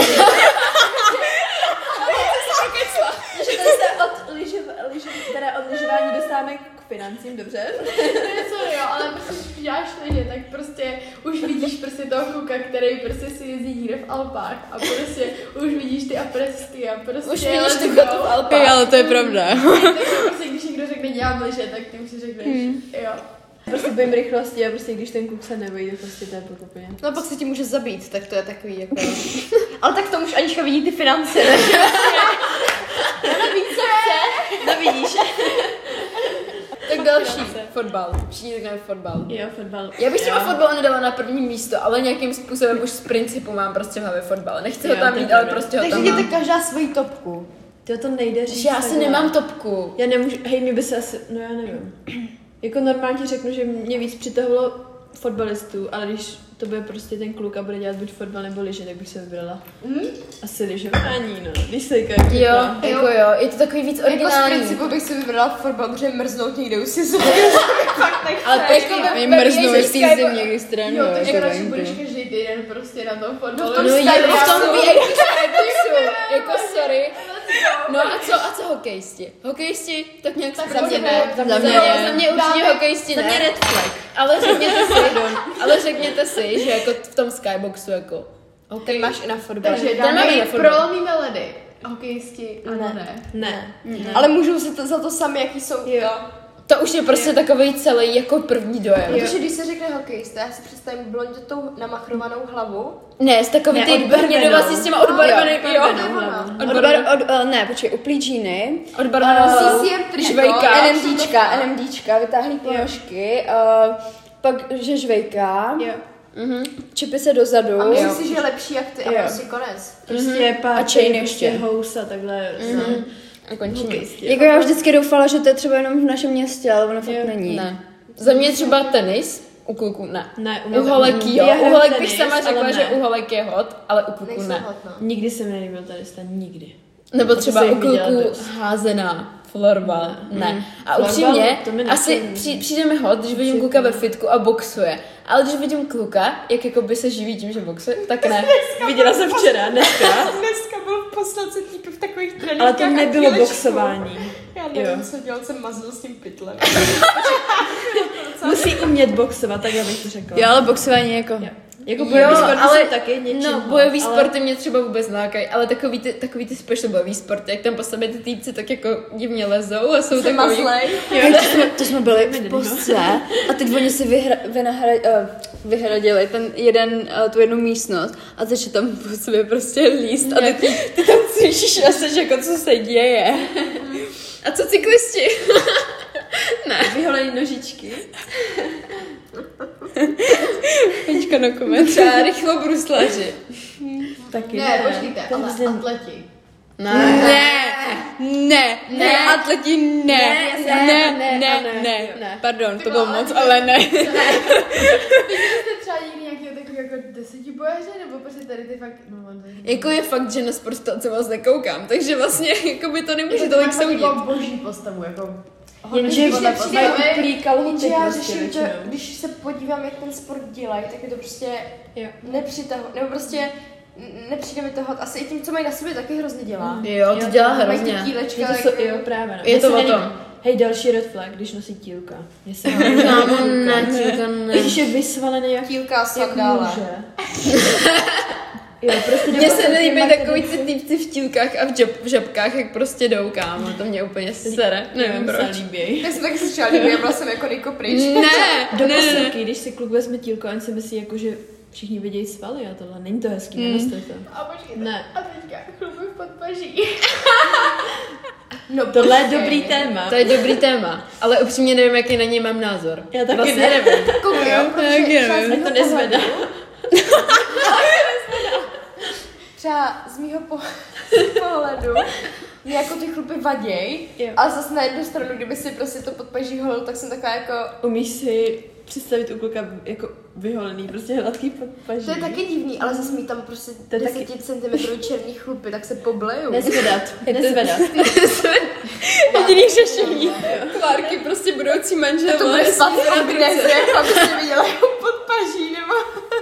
Že tady se od lyžování dostáváme k financím, dobře? Ne, sorry, jo, ale prostě když děláš liže, tak prostě už vidíš prostě toho kluka, který prostě si jezdí někde v Alpách a prostě už vidíš ty apresky a prostě... Už vidíš ty let's chatu go. v Alpách. Ale to je pravda. Tak prostě, když někdo řekne dělám liže, tak ty už si řekneš, jo. Prostě bojím rychlosti a prostě když ten kluk se nevejde, prostě to je potopně. No pak se ti může zabít, tak to je takový jako... Ale tak to už Anička vidí ty finance, ne? No vidíš. Tak další, fotbal. Všichni řekneme fotbal. Jo, fotbal. Já bych třeba fotbal nedala na první místo, ale nějakým způsobem už z principu mám prostě v hlavě fotbal. Nechci ho Jo, tam to je mít, ale pravda. prostě ho Takže tam jděte mám. každá svoji topku. To nejde říct. Že já asi takhle. nemám topku. Já nemůžu, hej, mě by se asi, no já nevím. Jako normálně ti řeknu, že mě víc přitahovalo fotbalistů, ale když to bude prostě ten kluk a bude dělat buď fotbal nebo lyže, tak bych se vybrala. Asi lyžování, no. Víš se, jak Jo, jako jo, je to takový víc Jako z originální. principu bych si vybrala fotbal, protože mrznout někde už si fakt nechce. Ale to jako Oni mrznou, jestli jízdím někdy stranou. Jo, takže jako radši venku. budeš každý týden prostě na tom fotbalu. No v tom VIP skyboxu, jako sorry. No a co hokejisti? Hokejisti tak nějak Tak za mě pojďme. ne. Za mě ne. Za mě určitě hokejisti Za mě ne. red flag. Ale řekněte si, že jako v tom skyboxu jako Ten máš i na fotbal. Takže Ten máme na dáme, fotbal. prolomíme ledy. Hokejisti, ano, ne. Ne. Ale můžou si to za to sami, jaký jsou. Jo. to už je prostě takovej celý jako první dojem. Protože když se řekne hokejista, já si představím blonditou namachrovanou hlavu. Ne, z takový Ne, ty odbarvenou. hnědovasí s těma odbarvenými, jo. Ne, počkej, uplí džíny. Odbarvenou CCM triko. žvejka. NMDčka, vytáhlý ponožky, pak že žvejká, Jo. čepy se dozadu. A myslím si, že je lepší jak ty a Jo. prostě konec. Prostě pár A chain prostě ještě. house a takhle. A končíme. Hokejisti. Jako já vždycky doufala, že to je třeba jenom v našem městě, ale ono fakt není. Ne. Za mě třeba tenis, u kluků ne. Ne, U holek jo, Já u hraju holek bych tenis, sama ale řekla, ne. že u holek je hot, ale u kluků Nejsou ne. hot, no. Nikdy se mi nelíbil tady nikdy. Nebo To třeba se u jich viděla kluků dost. házená, florbal, ne. A Florbal, upřímně, to mi asi nechce- přijde mi hot, když vidím kluka ve fitku a boxuje. Ale když vidím kluka, jak jako by se živí tím, že boxuje, tak ne. Viděla jsem včera, dneska. Dneska byl poslance týpy v takových treníkách. Ale to a nebylo chvíličku. boxování. Já nevím, Jo. co dělal, jsem mazl s tím pytlem. Musí umět boxovat, tak já bych to řekla. Jo, ale boxování jako... Jako bojový sporty ale- jsou taky něčím. No, bojový ale- sporty mě třeba vůbec nelákají, ale takový ty special bojový sporty, jak tam po sobě ty týpci tak jako divně lezou a jsou takový... Mazlej. To jsme byli v postce a teď oni si vyhradili ten jeden, tu jednu místnost a začali tam po sobě prostě líst a ty tam slyšíš a seš jako, co se děje. A co cyklisti? Vyholený nožičky. Počka na komentář. Třeba rychlo bruslaři. Taky Ne, počkejte, Ten ale vzden- atleti. Ne, atleti ne. Pardon, to bylo moc, ale ne. Viděli jste třeba někdy nějakého takového jako desetibojaře, nebo prostě tady ty fakt, no Jako je fakt, že na sportovce moc nekoukám, takže vlastně jako by to nemůže tolik soudit. jako boží postavu, jako Jenže hodně vždy podle mají uplý kalhoty Jenže já prostě řeším to, většinou. když se podívám, jak ten sport dělají, tak je to prostě Jo. nepřitahuje, nebo prostě nepřijde mi to hot. Asi i tím, co mají na sobě, taky hrozně dělá. Jo, to dělá Mají hrozně. ty tílečka, Je to, jo, právě. No. Je to Mně se o tom. nelíbí. Hej, další red flag, když nosí tílka. Mně se Ne, tílka ne. Když je vysvalený jak tílka a sandále. muže. Jo, prostě Mně se nelíbí takový ty týpci v tílkách a v žabkách, jak prostě jdou, kámo. To mě úplně sere. Nevím proč. líbí. Já jsem taky slyšela, že byla jsem jako Niko pryč. Do posilky, když si kluk vezme tílko, on si myslí jako, že všichni vidějí svaly a tohle. Není to hezký, nenoste to. A počkejte, Ne. a teďka chlupy v podpaží. No, tohle je dobrý téma. To je dobrý téma, ale upřímně nevím, jaký na něj mám názor. Já taky Vlastně ne. nevím. Koukej, jo, protože třeba z To mýho nezvedá. třeba z mýho pohledu mě jako ty chlupy vaděj, ale zase na jednu stranu, kdyby si prostě to podpaží holil, tak jsem taková jako... Umíš si představit u kluka jako vyholený, prostě hladký podpaží. To je taky divný, ale zase mít tam prostě To je 10 cm černý chlupy, tak se pobleju. Nezvedat. Jediný řešení. Klárky prostě budoucí manžel. To bude spát v amnéze, jako aby se viděla jako podpaží, nebo...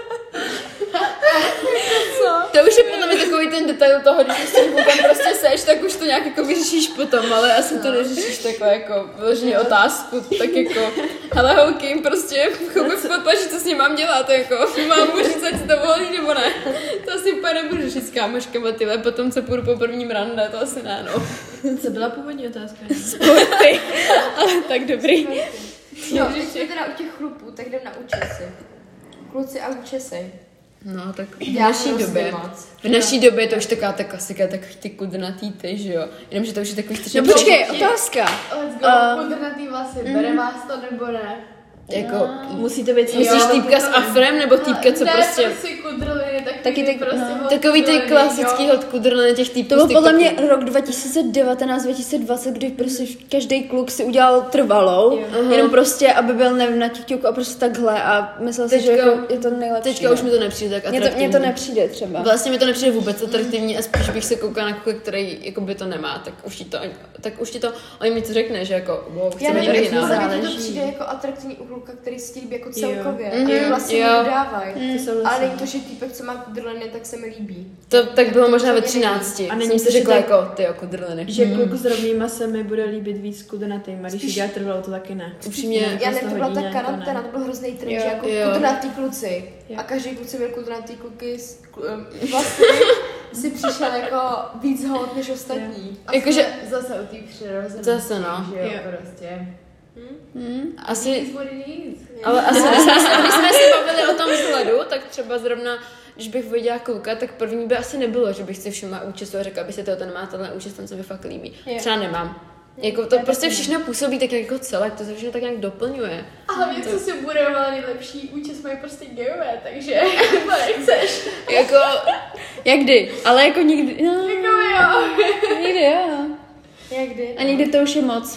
To už je podle mě takový ten detail toho, když s tím klukem prostě seš, tak už to nějak jako vyřešíš potom, ale asi to neřešíš takhle jako vyloženě otázku, tak jako, hele holky, prostě chlupy v podpaží, co s ním mám dělat, jako, mám mu říct, ať si to volí nebo ne. To asi úplně nebudu řešit s kámoškama, tyhle, potom co půjdu po prvním rande, to asi ne, no. Co byla původní otázka? Sporty, ale tak dobrý. No, když jsme teda u těch chlupů, tak jdem na účesy. Kluci a účesy. No, tak v Já naší hrozně době. moc. V naší době to už taková ta klasika, takový ty kudrnatý ty, že jo. Jenomže to už je takový strašně... No počkej, otázka. Let's go, podrnatý vlasy, bere vás to nebo ne? Jako, Musí to být... myslíš týpka s afrem, nebo týpka, co ne, prostě... prostě kudrliny, Taky ty- prostě Takový ty hodkudrliny, klasický jo. hodkudrliny těch týpků To byl z podle mě TikToku. rok 2019-2020, kdy prostě každý kluk si udělal trvalou, jenom prostě, aby byl nevím na TikToku a prostě takhle a myslel si, že Teďka- jako je to nejlepší. Teďka už mi to nepřijde tak Mně atraktivní. to nepřijde třeba. Vlastně mi to nepřijde vůbec atraktivní a spíš bych se koukala na kluka, který jako by to nemá, tak už ti to on mi to řekne, že jako wow, Já chceme nevím, originál. ale mně to záleží. přijde jako atraktivní u kluka, který si ti líbí jako Jo. celkově. Mhm, A vlastně jo. nedodávají. To jsou Ale vlastně. není to, že týpek, co má kudrliny, tak se mi líbí. To tak bylo možná ve To 13. A není Jsem to, si že řekla tak- jako ty jako drliny. Že kluk s rovnýma se mi bude líbit víc kudrnatým, a když si dělá trvalou, to taky ne. Upřímně, Já nevím, to byla ta hodí nějak, to karanténa, ne. to byl hrozný trend, Jo. že jako Jo. kudrnatý kluci. Jo. A každý kluci měl kudrnatý kluky, vlastně si přišel jako víc hod než ostatní. A Jakože- jsme zase u té přirozenosti, Zase, no. že jo, Jo. prostě. asi, It's what it is. ale asi když jsme se bavili o tom vzhledu, tak třeba zrovna, když bych viděla kluka, tak první by asi nebylo, že bych si všimla účesu a řekla, aby se ten má tenhle účest, ten se mi fakt líbí. Třeba nemám. Jako to prostě všechno působí tak jako celek, to se všechno tak nějak doplňuje. A hlavně, co si budeme, ale nejlepší účest mají prostě gejové, takže to nechceš. Jako, Jak kdy? Ale jako nikdy, no, Jako jo. nikdy jo. Jak kdy? A někdy to už je moc.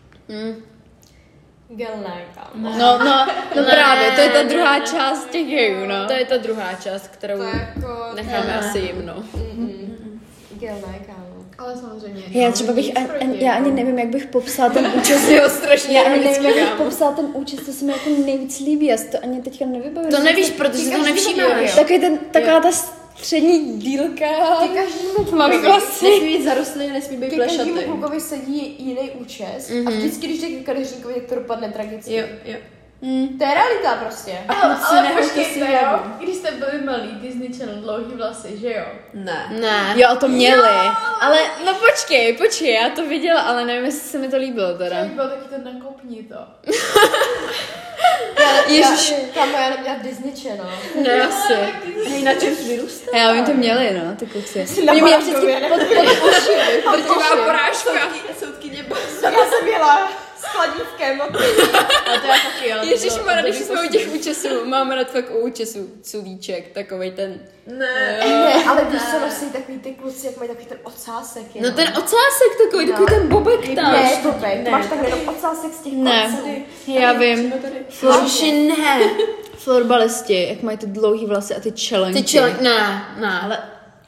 Gel ne, kámo. No Ne, právě, to je ta ne, druhá ne. část těch gejů, no. to je ta druhá část, kterou To jako... necháme asi jim, no. Gel ne, kámo. Ale samozřejmě. Já třeba bych, já ani nevím, jak bych popsala ten účest. Jo, strašně Já ani nevím, jak ironicky, bych kámo. popsala ten účest, co se mi jako nejvíc líbí, já si to ani teďka nevybavím. To nevíš, protože si to nevšímáš. Taková ta střední dílka. Ke každému Tmavý klukovi, vlasy. Nesmí být zarostlý, nesmí být ke každému plešatý. klukovi sedí jiný účes a vždycky, když jde ke kadeřníkovi, tak to dopadne tragicky. Jo, jo. To je realita prostě. Ale nehoďte si počkejte, hlavu. jo, když jste byli malí, Disney Channel, dlouhý vlasy, že jo? Ne. Ne. Jo, to měli. Ale, no počkej, já to viděla, ale nevím, jestli se mi to líbilo teda. Jak bylo taky to nakopni to. Ježiš. Kámo, já neměla Disney Channel. Ne, asi. Hej, na čem jsi vyrůstal? A já vím, to měli, no, ty kluci. Na Oni měli Barankově, vždycky ne? Drtivá porážka. Soudkyně Já jsem jela s chladívkem. Ale to já taky, ale to Ježišmarja, bylo když jsme u těch účesů, mám rád fakt u účesů culíček, takovej ten. Ne. Ne, ale víš, co nosí takový ty kluci, jak mají takový ten ocásek. No jenom. ten ocásek takový, takový ten bobek tam. Ne, Bobek, máš tak jenom ocásek z těch Ne, konců. já vím. Ježiši, ne. Florbalisti, jak mají ty dlouhý vlasy a ty čelenky. Ty čelek, ne. Ale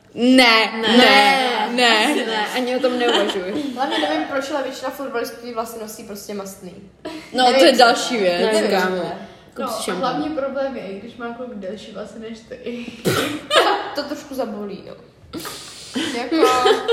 Ne, ani o tom neuvažuji. Hlavně nevím, proč, ale většina fotbalistů ty vlasy nosí prostě mastný. No, Nevím, to je co další věc. Nevím, Nevím, kámo. co to je. No, Kup si a šampon. hlavní problém je, když má kluk delší vlasy než ty. To trošku zabolí, no. Jako,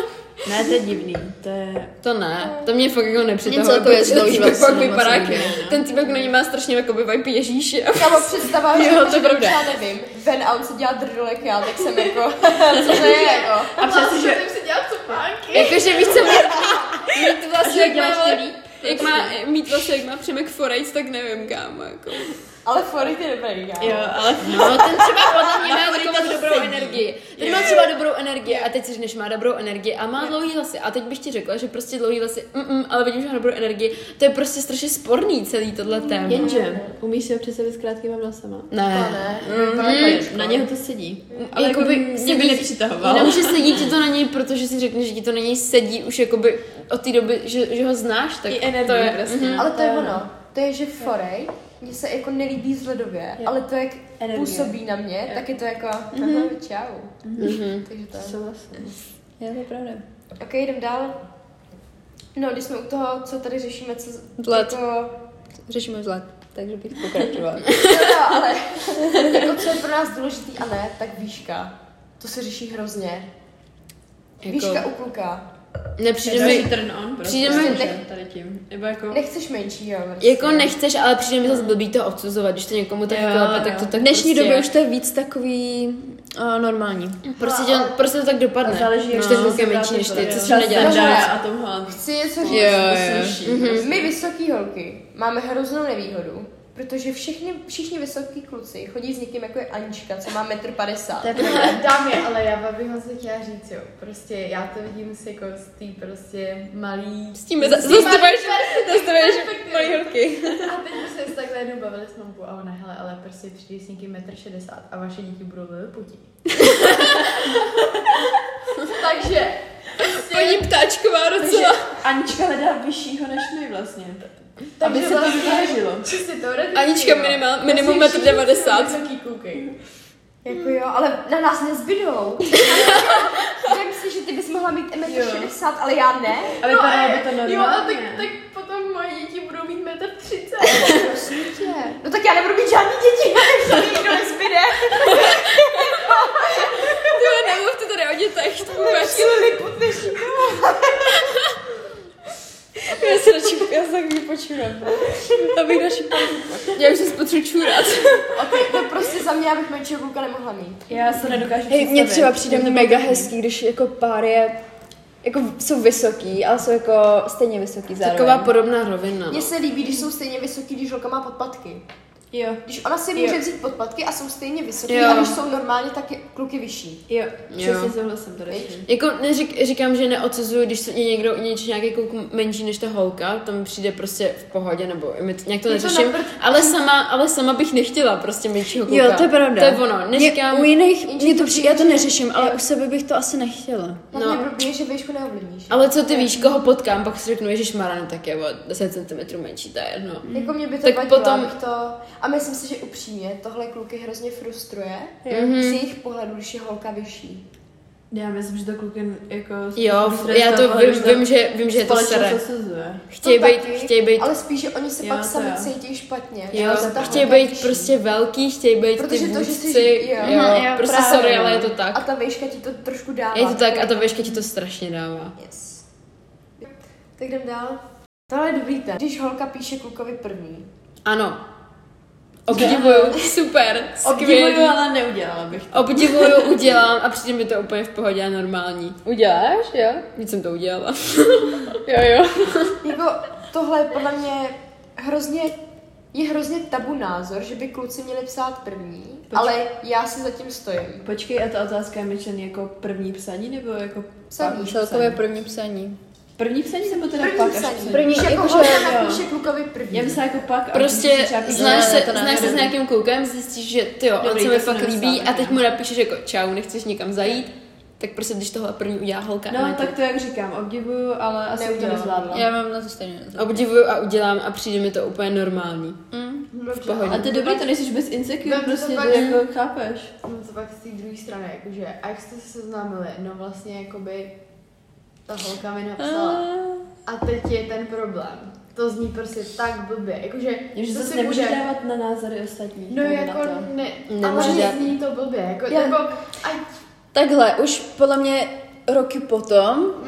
Ne, to je divný, to je... To ne, to mě fakt jako nepřitahuje. Něco jako je protože ten dlouhý týpek vlastně, fakt moc vypadá, líbí, ten týpek na ní má strašně jakoby vibe Ježíše. Kámo, představa, že Jo, to je že pravda. třeba nevím, ven a on se dělá drdol jak já, tak jsem jako, co to je jako? A přesně, že... Jsem si dělat copánky. Jakože víš co, mít vlastně, jak děláš má, líp? jak má, mít vlastně, jak má Přemek Forejc, tak nevím, kámo, jako. Ale Forit je dobrý, kámo. Jo, ale... No, ten třeba podle mě má takovou dobrou energii. Ten má třeba dobrou energii a teď si řekneš, má dobrou energii a má dlouhý vlasy. A teď bych ti řekla, že prostě dlouhý vlasy, ale vidím, že má dobrou energii. To je prostě strašně sporný celý tohle téma. Jenže, umíš si ho představit s krátkýma vlasama? Ne. Na něho to sedí. Ale Jakoby mě by sedí- nepřitahoval. Nemůže sedí ti to na něj, protože si řekne, že ti to na něj sedí už jakoby od té doby, že ho znáš, tak I energii to je prostě. Ale to je ono. To je, že Forej, mně se jako nelíbí vzhledově, ale to, jak Energie. působí na mě, tak je to jako, čau. Takže to je. Souhlasím. Je to pravda. Ok, jdem dál. No, když jsme u toho, co tady řešíme, co Vzhled. jako, Řešíme vzhled, takže bych pokračovala. no, ale jako co je pro nás důležitý a ne, tak výška. To se řeší hrozně. Výška u kluka. nepřijde Další mi, turn on, prostě. přijde mi- Že tady tím. Nebo jako... Nechceš menší, jo? Prostě. jako nechceš, ale přijde mi zase blbý to odsuzovat, když to někomu tak Jo, klepe, jo. tak to tak V dnešní prostě, době už to je víc takový normální. prostě to tak dopadne. Záleží, Když jak ten se kluk je dáte menší než ty, pozor, co jo. si neděláš. Hele. A tomhle. Chci něco říct. Jo. My vysoký holky máme hroznou nevýhodu, protože všichni vysoký kluci chodí s někým jako je Anička, co má 1,50 m. To je pravda, dámy, ale já bych vám se chtěla říct, jo. Prostě já to vidím si jako z té prostě malý... S tím zastavuješ malý holky. A teď jsme se takhle jednou bavili s mamkou a ona, hele, ale prostě přijde s někým 1,60 m a vaše děti budou liliputí. Takže... Paní Ptáčková docela. Anička hledá vyššího než my vlastně. Aby Takže se to vlastně- vyvážilo. Přesně teoreticky, Anička jo. minimum Prostě 1,90 m. všichni vysoký kluky. Jako jo, ale na nás nezbydou. Vem si, že ty bys mohla mít 1,60 m, ale já ne. A vypadalo by to normálně. Jo, a tak potom moje děti budou mít 1,30 m. Prosím tě. No tak já nebudu mít žádný děti, takže mi nikdo nezbyde. Jo, nemluvte tady o dětech, to vůbec. Liliput dnešní. Já se tak vypočurám. Abych našipala. Já už se spotřebuji čůrat. No prostě za mě, já bych menšího kluka nemohla mít. Já se nedokážu Hej, mně představit. třeba přijde Jak to mega bude. hezký, když jako pár je, jako jsou vysoký, ale jsou jako stejně vysoký zároveň. Taková podobná rovina. Mně se líbí, když jsou stejně vysoký, když holka má podpatky. Jo. Když ona si může vzít podpatky a jsou stejně vysoký, Jo. a když jsou normálně, tak je kluky vyšší. Jo, Jo. přesně souhlasím to Víš? řeším. Jako říkám, že neodsuzuju, když je někdo nějaký kluk menší než ta holka, to mi přijde prostě v pohodě, nebo nějak to Je to neřeším, na ale sama bych nechtěla prostě menšího kluka. Jo, to je pravda. To je ono, neříkám, U jiných, mě to přijde, já to neřeším, ale u sebe bych to asi nechtěla. Na No. mě blbě, že výšku neovlivníš. ale co ty víš, koho potkám, pak si řeknu, ježišmarja, no tak je o 10 cm menší, to je jedno. Jako mě by to Tak vadilo, potom- abych to... A myslím si, že upřímně tohle kluky hrozně frustruje Mhm. z jejich pohledu, když je holka vyšší. Já myslím, že to kluky jako... Jo, frustruje já z to toho pohledu, vím, vím, že je to společnost sere. osuzuje. Chtějí To být, taky, chtějí být, Ale spíš, že oni se Jo, pak to sami jo. cítí špatně. jo, že ta chtějí holka je být vyšší. prostě velký, chtějí být Protože ty to, že vůdci, jsi- jo. jo, Aha, jo, prostě právě. sorry, ale je to A tak. ta výška ti to trošku dává. Je to tak a ta Takový- výška ti to strašně dává. Yes. Tak jdem dál. Tohle je dobrý ten. Když holka píše klukovi první. Ano. Obdivuju, super, skvělý. Obdivuju, ale neudělala bych to. Obdivuju, udělám a přijde mi to úplně v pohodě a normální. Uděláš, jo? Nic jsem to udělala. jo. Jako tohle je podle mě hrozně tabu názor, že by kluci měli psát první, ale já si zatím stojím. Počkej, a ta otázka je myšlený jako první psaní, nebo jako Psaní. pak už Celkově první psaní. První psaní, nebo teda První pak až psaní. psaní? První, Když jako jakože holka jo. napíše klukovi první. Já myslím jako pak. a Prostě když si třeba píše- znáš se s dobrý. nějakým klukem, zjistíš, že ty jo, on Dobrý, se mi to se fakt líbí nenastává, a teď ne? mu napíšeš jako čau, nechceš někam zajít, tak prostě když tohle první udělá holka. No, ne, tak to jak říkám, obdivuju, ale asi bych to Neudělala. nezvládla. Já mám na to stejně. Obdivuju a udělám a přijde mi to úplně normální. Dobře. pohodě. A to je dobrý, to nejsi vůbec insecure, Vem to prostě pak- to jako chápeš. No to pak z té druhé strany, jakože, a jak jste se seznámili, no vlastně jakoby ta holka mi napsala. A teď je ten problém. To zní prostě tak blbě, jakože Že to zase si nemůžeš bude... dávat na názory ostatních. No tady jako na to. ne, Nemůžeš ale dát- nezní to blbě, jako, Já- jako ať, Takhle, už podle mě roky potom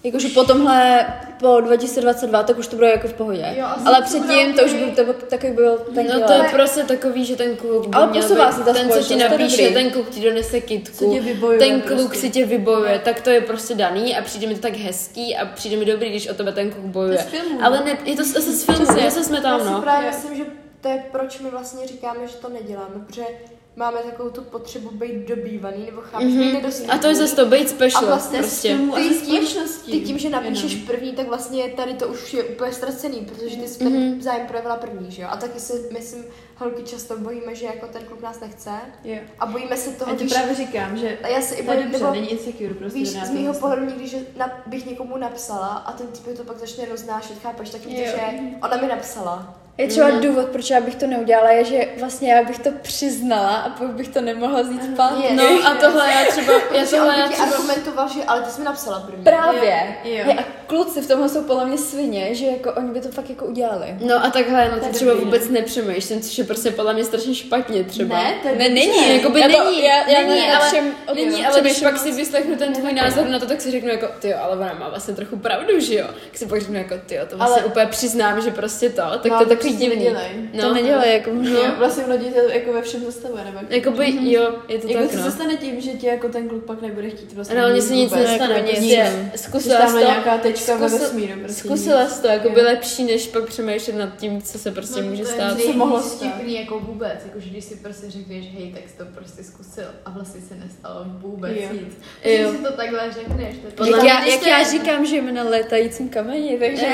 Jakože po tomhle, po 2022, tak už to bude jako v pohodě. Jo, asi ale to předtím bude to už takový- byl takový byl ten No to je prostě takový, že ten kluk by Ale měl posouvá být, se ta ten, co ti společnost, to je napíše, dobrý. ten kluk ti donese kitku, Co tě vybojuje ten kluk prostě. si tě vybojuje, tak to je prostě daný a přijde mi to tak hezký a přijde mi dobrý, když o tebe ten kluk bojuje. To je z filmu, no. Ale ne, je to zase z filmu, zase jsme Já tam, si no. právě myslím, že to je proč my vlastně říkáme, že to neděláme, protože máme takovou tu potřebu být dobývaný, nebo chápeš, být nedostupný. A to je zase to být special, A vlastně prostě. ty tím, že napíšeš první, tak vlastně tady to už je úplně ztracený, protože ty jsi ten zájem projevila první, že jo? A taky se, myslím, holky často bojíme, že jako ten kluk nás nechce Jo. a bojíme se toho, Já ti právě říkám, že a já se i to je bojím, dobře, nebo není insecure prostě. víš, do z nějakého mýho stavu. pohledu někdy, že bych někomu napsala a ten typ to pak začne roznášet, chápeš, tak víte, Jo. že ona mi napsala. Je třeba důvod, proč já bych to neudělala, je, že vlastně já bych to přiznala a pak bych to nemohla vzít zpátky. No a tohle já třeba, Že on by ti argumentoval, že ale ty jsi mi napsala první. Právě. Jo. Hej, a kluci v tomhle jsou podle mě svině, že jako oni by to fakt jako udělali. No a takhle, no To ty je třeba dobrý, vůbec nepřemýšlím, což je prostě podle mě strašně špatně třeba. to je není, jakoby já to, není, já není, na ale, všem není, ale když pak si vyslechnu ten tvůj názor na to, tak si řeknu jako, tyjo, ale ona má vlastně trochu pravdu, že jo? Tak si pak řeknu jako, tyjo, to vlastně Ale- úplně přiznám, že prostě to, tak No, to je to takový prostě divný. nedělej. No. To nedělej, jako No. vlastně lidi to jako ve všem zastavuje, nebo jako. Jakoby, jo, je to Jako tak, co no. se stane tím, že ti jako ten kluk pak nebude chtít vlastně. Reálně se nic vůbec, nestane, jako nic. prostě Jsi zkusila tam jsi na to, nějaká tečka ve zkusil- vesmíru, prostě. zkusila jsi to, jako by lepší, než pak přemýšlet nad tím, co se prostě může stát. Co mohlo nejvíc stát. vtipný jako vůbec, jakože když si prostě řekneš, hej, tak jsi to prostě zkusil a vlastně se nestalo vůbec Jo. nic. Jo. Když si to takhle řekneš, to je Podle Jak, mě, já, když jak to já je- říkám, že jsme na létajícím kameni, takže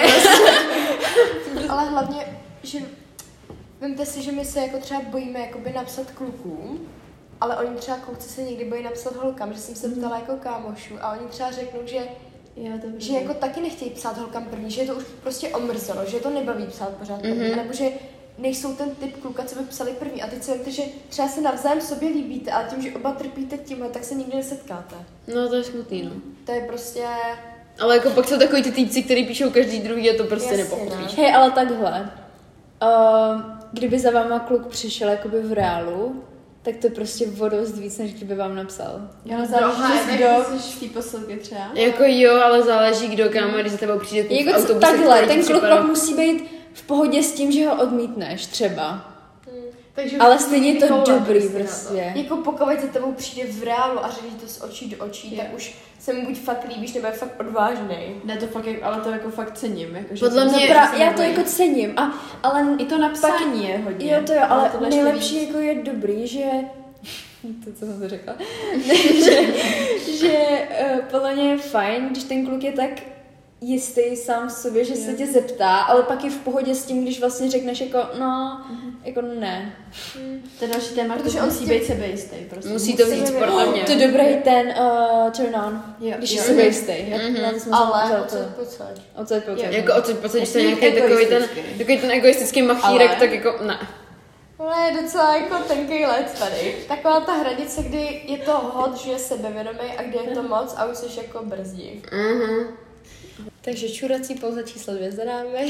Ale hlavně, že vemte si, že my se jako třeba bojíme jakoby napsat klukům, ale oni třeba kluci se někdy bojí napsat holkám, že jsem se ptala jako kámošů a oni třeba řeknou, že jako taky nechtějí psát holkám první, že je to už prostě omrzelo, že je to nebaví psát pořád první, nebo že nejsou ten typ kluka, co by psali první. A teď si vemte, že třeba se navzájem sobě líbíte a tím, že oba trpíte tímhle, tak se nikdy nesetkáte. No to je smutný, no. To je prostě... Ale jako pak jsou takový ty týpci, který píšou každý druhý a to prostě Jasně, nepochopíš. hej, ale takhle. Kdyby za váma kluk přišel jakoby v reálu, tak to je prostě o dost víc, než kdyby vám napsal. Já záleží, Kdo v té posilky třeba? Jako jo, ale záleží, kdo kámo, když za tebou přijde kluk v Jako co, autobuse, takhle, který ten ti kluk připadá- pak musí být v pohodě s tím, že ho odmítneš třeba. Takže Ale stejně je to vychovat dobrý prostě na to. prostě. Jako pokud za tebou přijde v reálu a řekne to z očí do očí, tak už se mu buď fakt líbíš, nebo je fakt odvážnej. Ne, to fakt, ale to jako fakt cením. Jako, že Podle jsem mě- se Já já to jako cením, ale i to napsání je hodně. Jo, to jo, ale tohle ještě nejlepší víc. jako je dobrý, že To, co jsem to řekla. že podle mě je fajn, když ten kluk je tak jistý sám v sobě, že se tě zeptá, ale pak je v pohodě s tím, když vlastně řekneš jako, no, jako ne. To je další téma, Protože protože on musí s tím- být sebejistý. Prostě. Musí to Musí víc, být- podle mě. To je dobrý ten turn on, Jo, když je jo. sebejistý. Na to jsem ale vzala co to. pocať. Odsaď po odsaď. Jako od pocit, když to je Jestli nějaký egoistický. takový ten egoistický machírek, Ale- tak jako ne. Ale je docela jako tenký let tady. Taková ta hranice, kdy je to hot, že je sebevědomý a kdy je to moc a už jsi jako brzdí. Takže čurací pouze číslo 2 zadáme.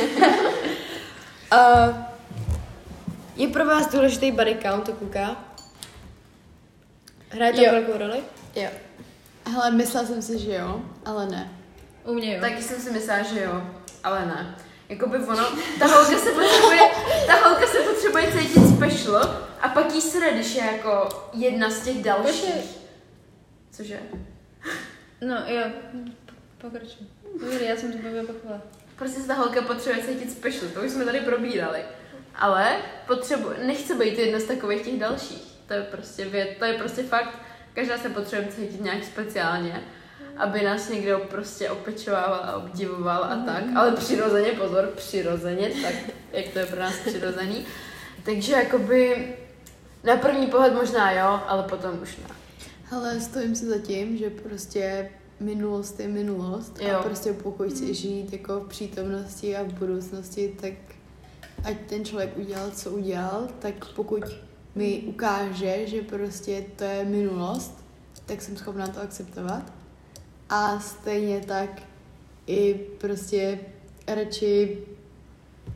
Je pro vás důležitý body count, to kluka? Hraje to Jo. velkou roli? Jo. Hele, myslela jsem si, že jo, ale ne. U mě jo. Taky jsem si myslela, že jo, ale ne. Jakoby ono, ta holka se potřebuje cítit special a pak jí sere, když je jako jedna z těch dalších. Cože? No jo, pokračuj. Dobrý, já jsem to bavila pochvala. Prostě se ta holka potřebuje cítit special, to už jsme tady probírali. Ale nechce být jedna z takových těch dalších. To je prostě to je prostě fakt, každá se potřebuje cítit nějak speciálně, aby nás někdo prostě opečovával a obdivoval a tak. Ale přirozeně, pozor, přirozeně, tak jak to je pro nás přirozený. Takže jakoby na první pohled možná jo, ale potom už ne. Hele, stojím si za tím, že prostě minulost je minulost Jo. a prostě pokud chci žít jako v přítomnosti a v budoucnosti, tak ať ten člověk udělal, co udělal, tak pokud mi ukáže, že prostě to je minulost, tak jsem schopná to akceptovat. A stejně tak i prostě radši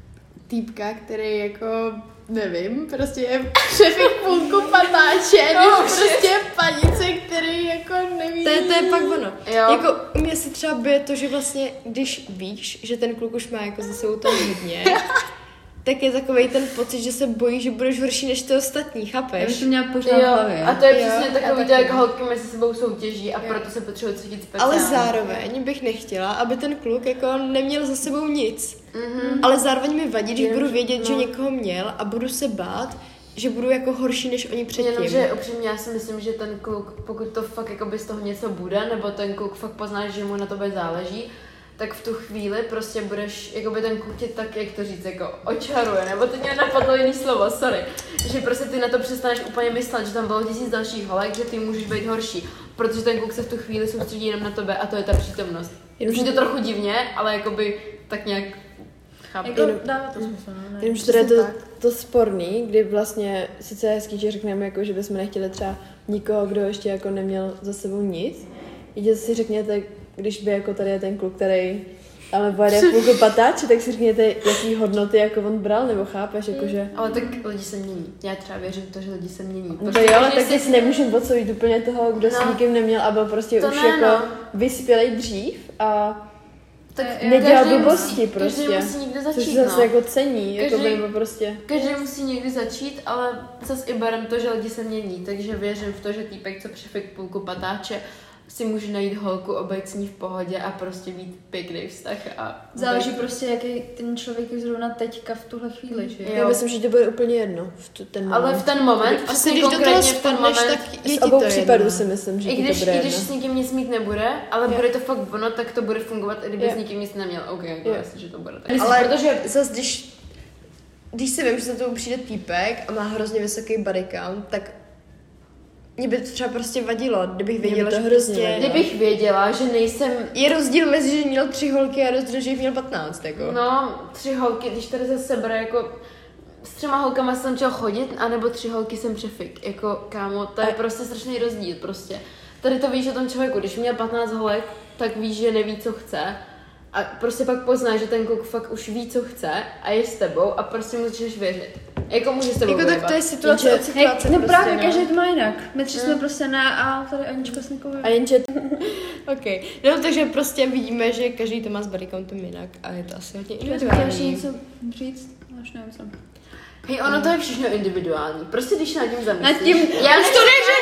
týpka, který jako, nevím, prostě je přefik půlku patáče, nebo prostě panice, který jako neví. To je pak ono. Jo. Jako u mě se třeba bije to, že vlastně, když víš, že ten kluk už má jako za sebou to hodně, tak je takovej ten pocit, že se bojí, že budeš horší než ty ostatní, Já chápeš? bych to měla pořád v hlavě. A to je Jo, přesně takový já to, jak taky. holky mezi sebou soutěží a proto se potřebuje cítit speciálně. Ale zároveň bych nechtěla, aby ten kluk jako neměl za sebou nic. Mhm. Ale zároveň mi vadí, když budu vědět, že no. někoho měl a budu se bát, že budu jako horší než oni předtím. Jenomže upřímně já si myslím, že ten kluk, pokud to fakt jako z toho něco bude, nebo ten kluk fakt poznáš, že mu na tobě záleží, tak v tu chvíli prostě budeš, jakoby ten kluk tě tak, jak to říct, jako očaruje, nebo teď mě napadlo jiný slovo, sorry, že prostě ty na to přestaneš úplně myslet, že tam bylo 1000 dalších holek, že ty můžeš být horší, protože ten kluk se v tu chvíli soustředí jenom na tebe a to je ta přítomnost. Zní to trochu divně, ale jakoby tak nějak chápu. Jako, dává to smysl, no. Ne? Jenomže teda je to sporný, kdy vlastně sice je hezký, že řekneme, jako, že bychom nechtěli třeba nikoho, kdo ještě jako neměl za sebou nic. Jde si řekněte, když by jako tady je ten kluk, který ale pojede půlku patáče, tak si řekněte, jaký hodnoty jako on bral, nebo chápeš, jakože... Ale tak lidi se mění. Já třeba věřím v to, že lidi se mění. No to jo, ale tak si si nemůžeme odsoudit úplně toho, kdo s nikým neměl a byl prostě To už ne, jako no. vyspělej dřív a tak nedělal každý blbosti musí- prostě. Každý musí někde Což začít, se zase no. jako cení, jako Každý- nebo prostě... Každý musí někdy začít, ale zase i berem to, že lidi se mění, takže věřím v to, že týpek, co přefik půlku patáče, si může najít holku obecní v pohodě a prostě mít pěkný vztah a... Záleží prostě, jaký ten člověk je zrovna teďka v tuhle chvíli, že? Jo. Já myslím, že to bude úplně jedno ten moment. Ale v ten moment, Asi přesně když do toho konkrétně v ten spadneš, moment, tak je z ti obou to případů jedno. si myslím, že i ti to když, bude i když jedno. s nikým nic mít nebude, ale Jo. bude to fakt ono, tak to bude fungovat, i kdyby Jo. s nikým nic neměl. OK, jako Jo. jasně, že to bude tak. Ale protože zase, když si vím, že za tou přijde týpek a má hrozně vysoký body count, tak mě by to třeba prostě vadilo, kdybych Mě by věděla, to že hrozně prostě vadilo. Kdybych věděla, že nejsem je rozdíl mezi, že měl 3 holky a rozdíl, že jich měl 15, jako. No, 3 holky, když tady zase bere jako s 3 holkama jsem chtěl chodit, anebo 3 holky jsem přefik. Jako, kámo, to je prostě strašný rozdíl prostě. Tady to víš o tom člověku, když měl 15 holek, tak víš, že neví, co chce. A prostě pak poznáš, že ten kluk fakt už ví, co chce a je s tebou a prostě můžeš věřit. Jako může s tebou Jako tak vyjebat. to je situace od situace no prostě, právě, no. každý to má jinak. My 3 jsme prostě ne a tady Anička s Nikou. A jenže Ok, no takže prostě vidíme, že každý to má s body countem jinak a je to asi hodně Chtěla ještě individuální. něco říct? Až nevím co. Hej, ono to je všechno individuální. Prostě když se nad tím zamyslíš. Nad tím- já nechci,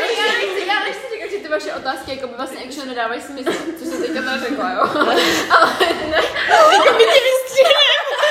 já nechci říkat, že ty vaše otázky jako by vlastně actually nedávají smysl, což jsem teďka teda řekla, jo. Ale ne. Jako my tě vystříhneme!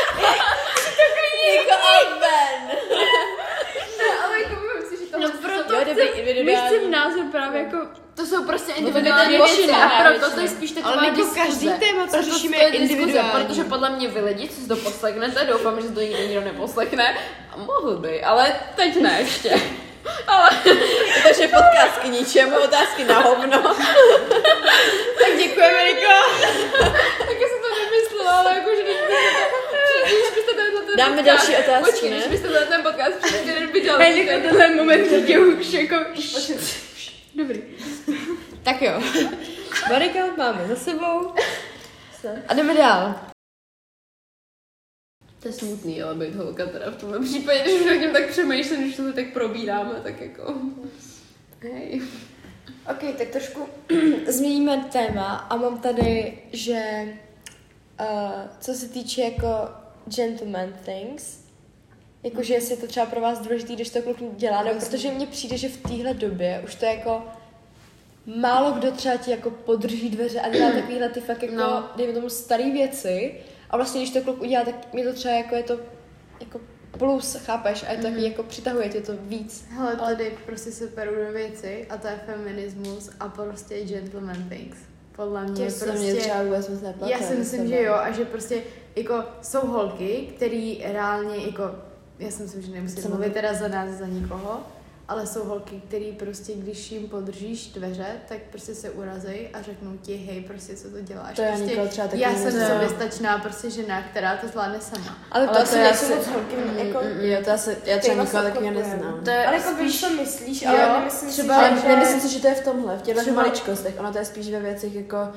Ne, ale jako myslím si, že to No proto jo, dobrý, my individuální. chceme názor právě jako... to jsou prostě individuální většina, věci a proto většina. to je spíš taková Ale jako diskuze. každý téma, co Proto řešíme, to je diskuze, individuální. protože podle mě vy lidi, co si to poslechnete, doufám, že si to nikdy nikdo neposlechne, a mohl by, ale teď ne ještě. Ale takže podcast k ničemu, otázky na hovno. Tak děkujeme, Niko! taky jsem to nemyslela, ale jakože když byste tenhle Dáme další otázky, počkej, ne? když byste ten podcast příští den viděli. Hej, Niko, tenhle moment tě už jako... Dobrý. Tak jo. Body count máme za sebou. A jdeme dál. To je smutný, ale být holka teda v tomhle případě, když už nad tím tak přemýšlím, když to tak probíráme, tak jako... Hej. Ok, tak trošku změníme téma a mám tady, že co se týče jako gentleman things, jakože jestli je to třeba pro vás důležitý, když to kluk dělá, nebo protože mně přijde, že v téhle době už to je jako málo kdo třeba ti jako podrží dveře a dělá takovýhle ty fakt jako, dejme tomu starý věci a vlastně když to kluk udělá, tak mě to třeba jako je to jako plus, chápeš? A je to takový jako přitahuje tě to víc. Hele, tady prostě se perou do věci a to je feminismus a prostě gentleman things. Podle mě To se prostě... mě třeba vůbec moc neplatí. Já si myslím, že jo, a že prostě jako jsou holky, který reálně jako, já si myslím, že nemusím mluvit teda za nás, za nikoho, ale jsou holky, který prostě, když jim podržíš dveře, tak prostě se urazí a řeknou ti, hej, prostě co to děláš. To já prostě, nikoho třeba taky já jsem neznám. soběstačná prostě žena, která to zvládne sama. Ale to Ale asi to já nejsou si- moc holky, jako Jo, to já třeba nikoho taky neznám. To je ale jako víš, co myslíš, Jo, ale nemyslím třeba- si, Ale že... nemyslím si, že to je v tomhle, v těchto Třeba- maličkostech. Ono to je spíš ve věcech jako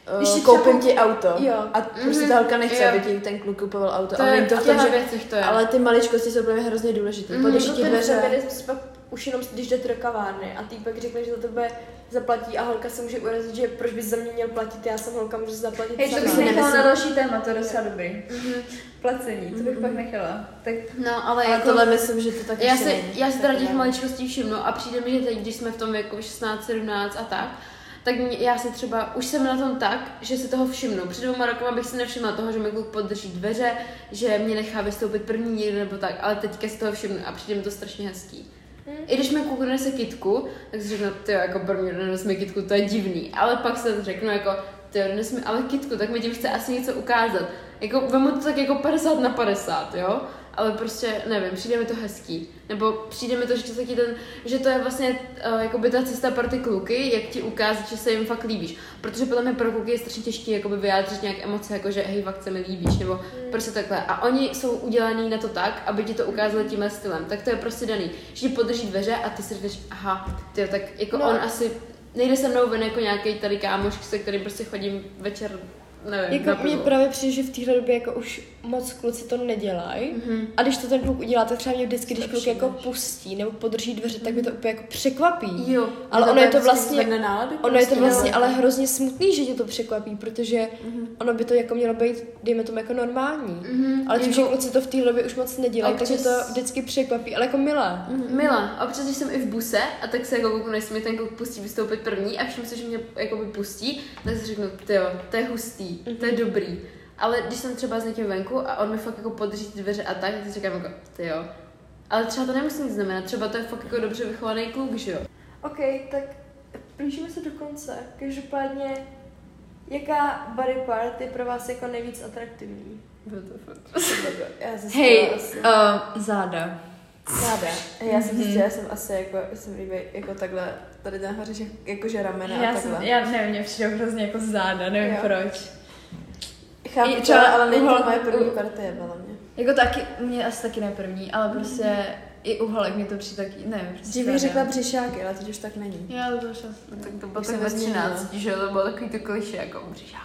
koupím ti auto. Jo. A prostě ta holka nechce, aby ti ten kluk kupoval auto. To A je není to v v tom, těchto že... věcech to je. Ale ty maličkosti jsou pro mě hrozně důležité. Podrží ti Ten dveře. feminismus pak už jenom, když jdete do kavárny a týpek řekne, že za tebe zaplatí a holka se může urazit, že proč bys za mě měl platit, já jsem holka, můžu zaplatit Hej, to sama. bych si nechala na nemyslím. další téma, to je docela dobrý. Placení, to bych pak nechala. Tak No, ale Ale jako... tohle myslím, že to tak Já ještě si, není. já si teda těch maličkostí všimnu a přijde mi, že teď, když jsme v tom věku 16, 17 a tak já si třeba, už jsem na tom tak, že si toho všimnu. Před 2 rokama bych si nevšimla toho, že mi kluk podrží dveře, že mě nechá vystoupit první někde nebo tak, ale teďka si toho všimnu a přijde mi to strašně hezký. I když mi kluk donese kytku, tak si řeknu, tyjo, jako první dones mi kytku, to je divný. Ale pak se řeknu jako, tyjo, dones mi ale kytku, tak mi tím chce asi něco ukázat. Jako, vemu to tak jako 50/50, jo? Ale prostě, nevím, přijde mi to hezký. Nebo přijde mi to, že to je vlastně jakoby ta cesta pro ty kluky, jak ti ukázat, že se jim fakt líbíš. Protože podle mě pro kluky je strašně těžké jakoby vyjádřit nějaké emoce, jako že hej, fakt se mi líbíš, nebo prostě takhle. A oni jsou udělaný na to tak, aby ti to ukázali tímhle stylem. Tak to je prostě daný. Že ti podrží dveře a ty si řekneš, aha, tyjo, tak jako on asi nejde se mnou ven jako nějaký tady kámoš, se kterým prostě chodím večer, nevím, Jako mně právě přijde, že v téhle době jako už moc kluci to nedělají. A když to ten kluk udělá, tak třeba mě vždycky, když kluk jako pustí nebo podrží dveře, tak mě to úplně jako překvapí. Jo. Ale ono je to vlastně, náladu, ono je to prostě, vlastně no. ale hrozně smutný, že tě to překvapí, protože ono by to jako mělo být, dejme tomu, jako normální. Ale tím, že kluci to v té době už moc nedělají, takže to vždycky překvapí, ale jako milé. Milá. Občas, když jsem i v buse a tak se jako kouknu, jestli mi ten kluk pustí vystoupit první a všim se, že mě jakoby pustí, tak si řeknu, tyjo, to je hustý, to je dobrý. Ale když jsem třeba s někým venku a on mi fakt jako podrží ty dveře a tak si říkám jako, tyjo. Ale třeba to nemusí nic znamenat, třeba to je fakt jako dobře vychovaný kluk, že jo? OK, tak blížíme se do konce. Každopádně, jaká body part je pro vás jako nejvíc atraktivní? Já zjistila hej, asi. záda. Záda. Já jsem zjistila, já jsem asi jako, jsem líbí jako takhle, tady nahoře, že jakože ramena a takhle. Já nevím, mě přijde hrozně jako záda, nevím Jo. proč. Chápu I to, třeba ale není to uhol- moje první partie, byla mě. Jako taky, mě asi taky ne první, ale prostě i u holek mě to přijde taky, nevím. Prostě Dřív bych řekla břišáky, ale teď už tak není. Já to bylo čas. Tak to bylo Už tak jsem ve nezměnila. 13, že jo, to bylo takový to kliše jako břišáky.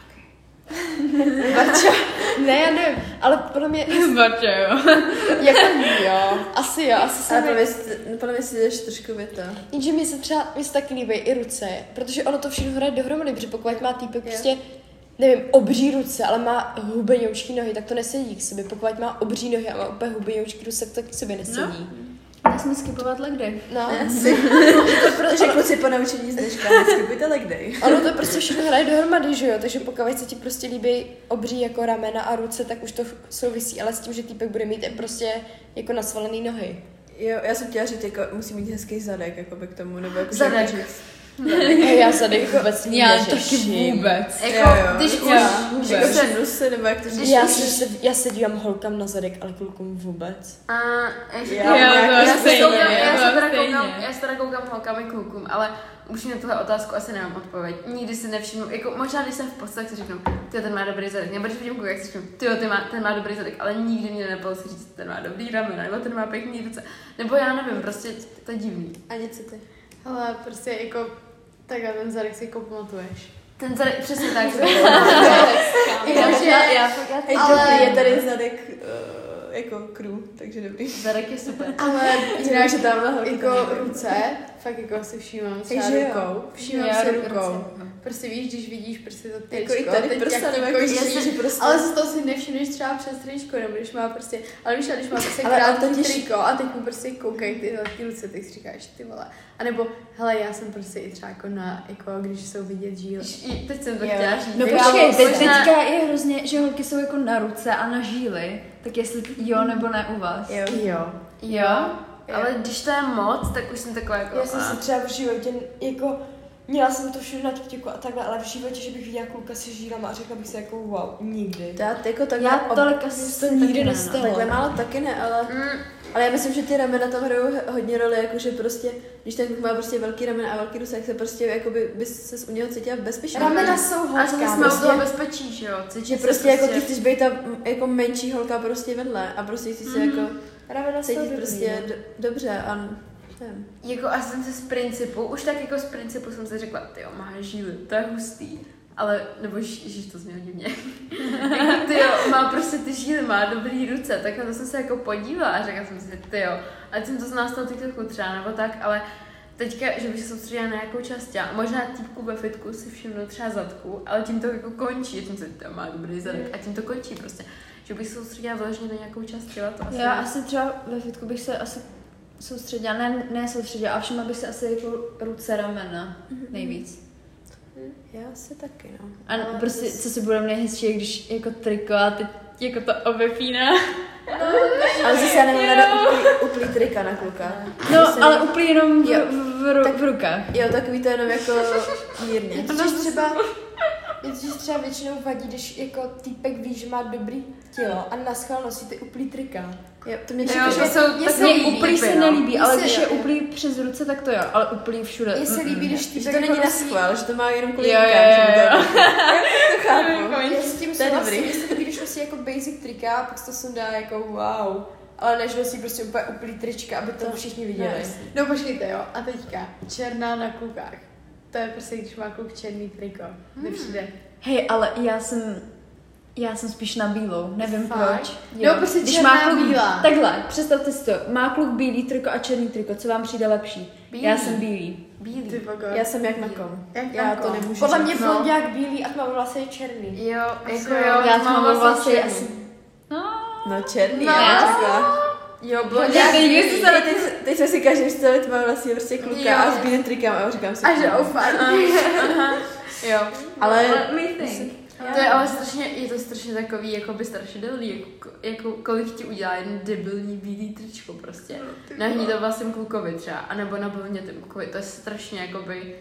Ne, já nevím, ale podle mě, Barča, jo. jako jo, asi Ale se mi, podle mě si jdeš trošku věta. jenže mi se taky líbí i ruce, protože ono to všechno hraje dohromady, protože pokud má týpek prostě, nevím, obří ruce, ale má hubenoučký nohy, tak to nesedí k sobě. Pokud má obří nohy a má úplně hubenoučký ruce, tak k sobě nesedí. Nesmí skipovat leg day. No. Takže kluci po naučení z dneška, neskipujte leg day. Ono to prostě všechno hraje dohromady, že jo? Takže pokud se ti prostě líbí obří jako ramena a ruce, tak už to souvisí, ale s tím, že týpek bude mít prostě jako nasvalený nohy. Jo, já jsem chtěla říct, jako musí mít hezký zadek, jako by k tomu, nebo jako Zadek. že říct. Já zadek vůbec neřeším. vůbec. Jako, Jo, jo. když už, Že jako přenusy, nebo jak to říct. Já se dívám holkám na zadek, ale klukům vůbec. a Já já se teda koukám holkám i klukům, ale už na tuhle otázku asi nemám odpověď. Nikdy si nevšimnu, jako možná když jsem v posteli, si řeknu, tyjo, ten má dobrý zadek, nebo když vidím kluka, jak si řeknu, tyjo, ten má dobrý zadek, ale nikdy mě nenapadlo si říct, ten má dobrý ramena, nebo ten má pěkný ruce, nebo já nevím, prostě to je divný. A něco ty. Ale prostě jako takhle ten zadek si jako pamatuješ. Ten zadek, přesně tak. Jakože, Hej, ale- dobrý, je tady zadek jako crew, takže dobrý. Zadek je super. ale Jinak, jinak že tamhle holky jako to nejde. ruce, fakt jako si všímám třeba Hej, že jo. rukou. Všímám Já si ruce. rukou. Prostě víš, když vidíš prostě to tričko, Jako i tady teď prsa, jak nebo ti jako kočí, že prostě... ale z toho si nevšimneš třeba přes tričko, nebo když má prostě, ale víš, když má prostě Ale krátký totiž- triko a teď mu prostě koukají ty ruce, tak si říkáš, ty vole. A nebo, hele, já jsem prostě i třeba jako na, jako když jsou vidět žíly. Teď jsem to Jo. chtěla říct. No Jako, počkej, možná- teďka je hrozně, že holky jsou jako na ruce a na žíly, tak jestli jo nebo ne u vás. Jo. Jo. Jo, ale když to je moc, tak už jsem taková jako... Já jsem si třeba v životě, jako, měla jsem to všude na TikToku a takhle, ale v životě, že bych viděla kluka se žílama a řekla bych si jako wow, nikdy. Já jako takhle, Já tolik asi to taky nikdy ne, no. nestalo. takhle málo taky ne, ale já myslím, že ty ramena tam hrajou hodně roli, jakože prostě, když ten kluk má prostě velký ramena a velký ruce, tak se prostě jakoby bys se u něho cítila bezpečně. Ramena jsou A jsme hořká, u prostě- toho bezpečí, že jo? Cítí Že se prostě jako ty chceš být ta jako menší holka prostě vedle a prostě chceš se jako ramena jsou cítit dobrý, prostě no. dobře a nevím. Jako asi jsem se z principu, už tak jako z principu jsem si řekla, tyjo, má žíly, to je hustý. ale, nebo ježiš, to znělo divně. Jako tyjo, má prostě ty žíly, má dobrý ruce, tak na to jsem se jako podívala a řekla jsem si, tyjo, ať jsem to znala z toho TikToku třeba, nebo tak, ale teďka, že bych se soustředila na nějakou část těla, možná týpku ve fitku si všimnu třeba zadku, ale tím to jako končí, že jsem si, to má dobrý zadek a tím to končí prostě. Že bych se soustředila vyloženě na nějakou část těla, to asi... Já asi třeba ve fitku bych se asi soustředila, ne soustředila, a všimla bych se asi jako ruce, ramena nejvíc. Já asi taky, no. A prostě, co si budeme nejhezčí, když jako triko a teď jako to obepíná. Ale zase já nemám ráda uplý trika na kluka. No, ale úplně jenom v rukách. Jo, takový to jenom jako mírně. Protože třeba většinou vadí, když jako týpek ví, že má dobrý tělo a na schvál nosí ty uplý trika. Jo, to mě uplý se nelíbí, ale když je uplý přes ruce, tak to jo, ale uplý všude. Mně se líbí, když týpek to jako není na nosí... schvál, že to má jenom kvůli Jo. to chápu. Já s tím souhlasím, mně se líbí, když nosí jako basic trika a pak se to sundá jako wow. Ale než nosí prostě úplně uplý trička, aby to všichni viděli. No počkejte, jo, a teďka, černá na klukách. To je prostě, když má kluk černý triko. Nepřijde. Hej, ale já jsem spíš na bílou, nevím proč. Jo, prostě když černá, má kluk, bílá. Takhle, představte si to, má kluk bílý triko a černý triko, co vám přijde lepší? Bílý. Já jsem bílý. Ty pokoj. Já jsem jak na kom. Já to nemůžu Podle říct. mě blonďák bílý a tmavovlasý je černý. Jo, jako jo, jo, Já to mám mám vlastně vlastně asi... No černý, No. já řekla. Jo, Teď jsme si každý představili tmavovlasý prostě kluka Jo. a s bílým trikem a říkám si. A že fakt. Jo. Ale To je ale strašně, je to strašně takový, jako by strašidelný, jako kolik ti udělá jeden debilní bílý tričko prostě. Nahní to vlastním klukovi třeba, anebo na blondětém klukovi, to je strašně jakoby...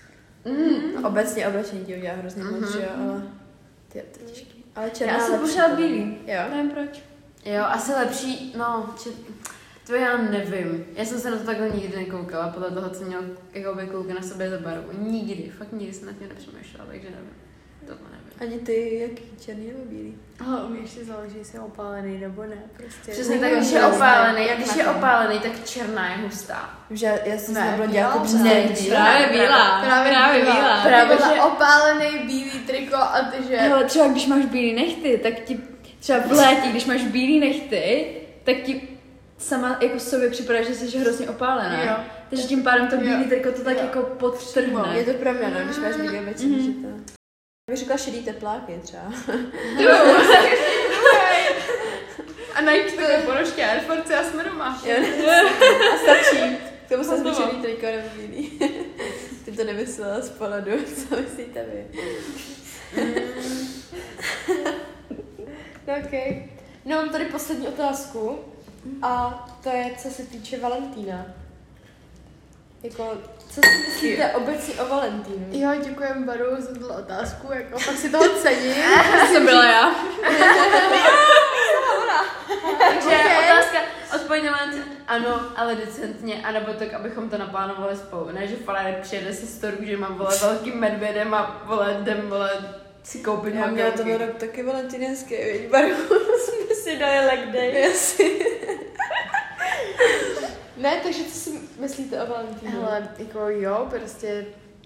obecně oblečení ti udělá hrozně moc, že jo, ale to je těžký. Ale černá Já jsem lepší pořád podle mě. bílý, Jo. nevím proč. Jo, asi lepší, no, to já nevím. Já jsem se na to takhle nikdy nekoukala, podle toho, co měl jakoby kluky na sobě za barvu. Nikdy, fakt nikdy jsem na tím nepřemýšlela, takže nevím. Tohle nevím. Ani ty, jaký černý nebo bílý? Ale u mě ještě záleží, jestli jsem opálený nebo ne. Prostě. Přesně tak, když je opálený, tak černá je hustá. Že já jsem Ne, na blonďáku bílá? přesně Právě bílá. Právě bílá. Právě, Ty vole, že- opálený bílý triko a ty že... Hele, třeba když máš bílý nechty, tak ti třeba v létě, když máš bílý nechty, tak ti sama jako sobě připadá, že jsi hrozně opálená. Jo. Takže tím pádem to bílý Jo. triko to tak Jo. jako podtrhne. Je to pravda, no, když máš bílé oblečení, že to... Já bych řekla šedý tepláky třeba. A najít takové ponožky Air Force a jsme doma. Jo, a stačí. K tomu se zbyčený triko nebo bílý. Ty to nemyslela z pohledu, co myslíte vy? Okay. No, mám tady poslední otázku a to je, co se týče Valentína. Jako, co si myslíte obecně o Valentínu? Jo, děkujem Baru za tuto otázku, jako fakt si toho cením. To byla já. Takže otázka, odpověď na Valentín, ano, ale decentně, anebo tak, abychom to naplánovali spolu. Ne, že Faláry přijede se storu, že mám vole velkým medvědem a vole jdem vole si koupit Já měla to makarky. rok taky valentinský, víš, Baru. Jsme si dali leg day. Asi. Ne, takže co si myslíte o Valentínu? Hele, jako jo, prostě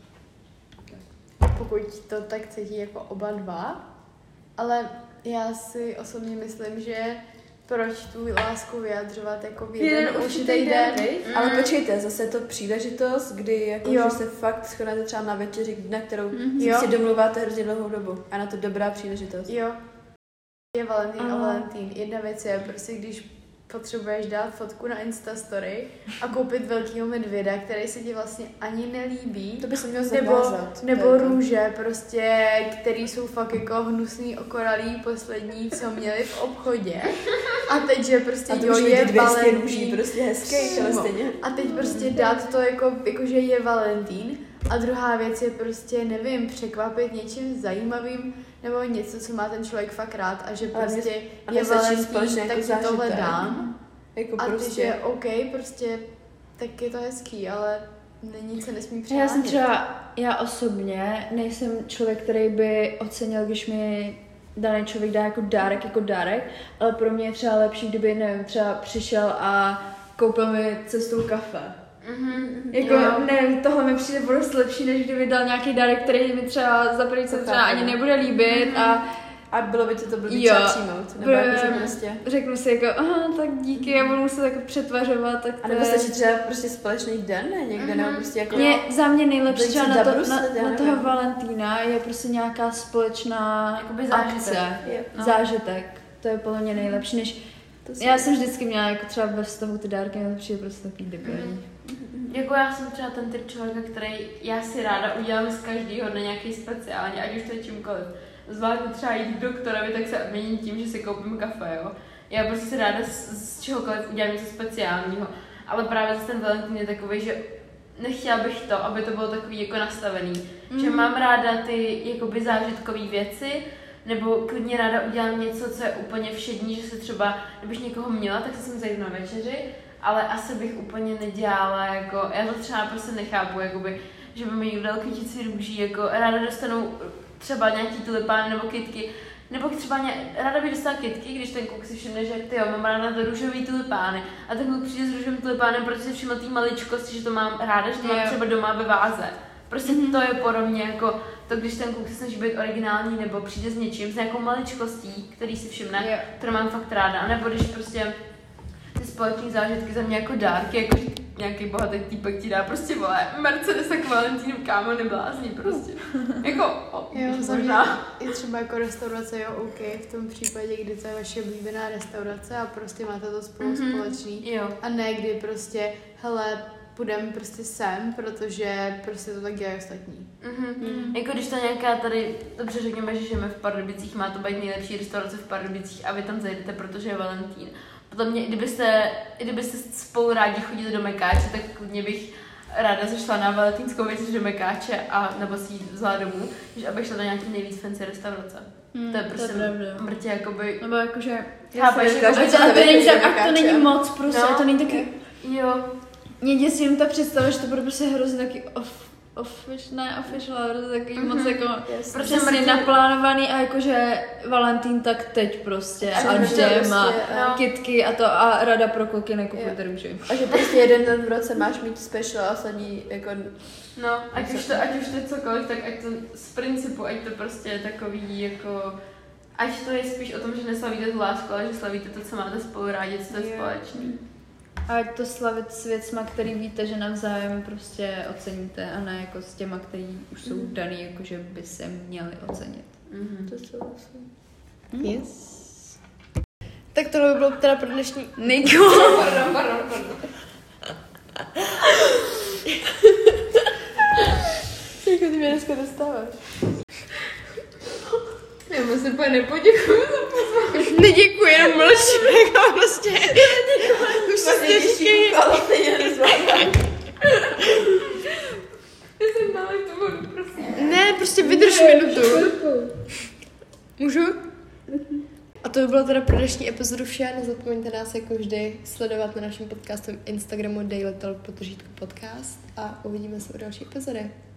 pokud to tak cítí jako oba dva, ale já si osobně myslím, že proč tu lásku vyjadřovat jako v jeden určitý den. Ale počkejte, zase je to příležitost, kdy jako, Jo. že se fakt shodnete třeba na večeři, na kterou Jo. si domluváte hrozně dlouhou dobu. A na to dobrá příležitost. Jo. Je Valentín a Aha. Valentín. Jedna věc je prostě, když potřebuješ dát fotku na Instastory a koupit velkýho medvěda, který se ti vlastně ani nelíbí. To by se mělo Nebo, zakázat. nebo To je to. růže, prostě, který jsou fakt jako hnusný, okoralý, poslední, co měli v obchodě. A teď, že prostě A to jo, může je být 200 Valentín. růží, prostě hezký, ale No. stejně. A teď prostě dát to jako že je Valentín. A druhá věc je prostě, nevím, překvapit něčím zajímavým, nebo něco, co má ten člověk fakt rád a že Ale prostě a je nestačí Valentín, společně tak jako ti tohle zážitek. dám. Jako A ty, prostě. že OK, prostě, tak je to hezký, ale nic se nesmí Já přehánět. jsem třeba, já osobně nejsem člověk, který by ocenil, když mi daný člověk dá jako dárek, ale pro mě je třeba lepší, kdyby, nevím, třeba přišel a koupil mi cestou kafe. Jako, nevím, tohle mi přijde prostě lepší, než kdyby dal nějaký dárek, který mi třeba za první se třeba ani nebude líbit A bylo by to blbý Jo. třeba přijmout. Nebo jakože prostě. řeknu si jako, aha, tak díky, a budu muset jako přetvařovat, tak A nebo stačí třeba prostě společný den, ne? Někde, nebo prostě jako... Za mě nejlepší Dojít si třeba zabruslit, já na toho nevím. Valentína je prostě nějaká společná Jakoby zážitek. akce, Jo. zážitek. To je podle mě nejlepší, než... Já jsem vždycky měla jako třeba ve vztahu ty dárky, ale to přijde prostě takový debilní. Jako já jsem třeba ten typ člověka, který já si ráda udělám z každého dne nějaký speciální, ať už to je čímkoliv. Zvládnu třeba jít k doktorovi, tak se odměním tím, že si koupím kafe, jo. Já prostě si ráda z čehokoliv udělám něco speciálního. Ale právě ten Valentín je takový, že nechtěla bych to, aby to bylo takový jako nastavený. Že mám ráda ty jakoby zážitkové věci, nebo klidně ráda udělám něco, co je úplně všední, že se třeba, kdybych někoho měla, tak se sem zajdu na večeři, ale asi bych úplně nedělala, jako, já to třeba prostě nechápu, jakoby, že by mi někdo dal kytici růží, jako ráda dostanu třeba nějaký tulipány nebo kytky, nebo třeba ráda bych dostala kytky, když ten kluk si všimne, že ty jo, mám ráda to růžový tulipány, a ten kluk přijde s růžovým tulipánem, protože si všiml té maličkosti, že to mám ráda, že to mám třeba doma ve váze. Prostě to je podobně jako to, když ten kluk se snaží být originální nebo přijde s něčím, s nějakou maličkostí, který si všimne, kterou mám fakt ráda. A nebo když prostě ty společné zážitky za mě jako dárky, jako nějaký bohatý týpek ti dá prostě vole Mercedes a k Valentínu, kámo, neblázni prostě. Jako, Jo, za mě možná. je třeba jako restaurace, jo, OK, v tom případě, kdy to je vaše oblíbená restaurace a prostě máte to spolu společný. Jo. A ne, kdy prostě, hele, půjdeme prostě sem, protože prostě to tak dělají ostatní. Jako když to nějaká tady, dobře řekněme, že žijeme v Pardubicích, má to být nejlepší restaurace v Pardubicích a vy tam zajdete, protože je Valentín. Potom mě, kdybyste spolu rádi chodili do Mekáče, tak klidně bych ráda zašla na valentínskou večeři do Mekáče a nebo si jít vzala domů, než abych šla do nějaký nejvíc fancy restaurace. To je prostě mrtě jakoby... Nebo jakože... Chápeš, to není moc prostě, No. to není taky... Jo. Mě děsí jenom ta představa, že to bude prostě hrozně taky official, ale takový moc jako Prostě přesně mrtě- naplánovaný a jakože Valentín tak teď prostě a prostě, jdem a no. kytky a to a rada pro kluky nekupujte růži. A že prostě jeden den v roce máš mít special a ostatní jako... No, ať už to je cokoliv, tak ať to z principu, ať to prostě je takový jako... Ať to je spíš o tom, že neslavíte tu lásku, ale že slavíte to, co máte spolu rádi, co je společný. A ať to slavit s věcma, který víte, že navzájem prostě oceníte a ne jako s těma, který už jsou daný, jakože by se měli ocenit. To souhlasím. Yes. Tak tohle by bylo teda pro dnešní... Pardon. Jak ty mě dneska dostáváš? Já mu se úplně nepoděkuju za pozvání. Neděkuji, jenom mlčím, jako prostě. Už se těžký. Já jsem dala tu vodu, prosím. Ne, prostě vydrž minutu. Můžu? A to by bylo teda pro dnešní epizodu vše. Nezapomeňte nás jako vždy sledovat na našem podcastovém Instagramu Daily Talk _podcast a uvidíme se u další epizody.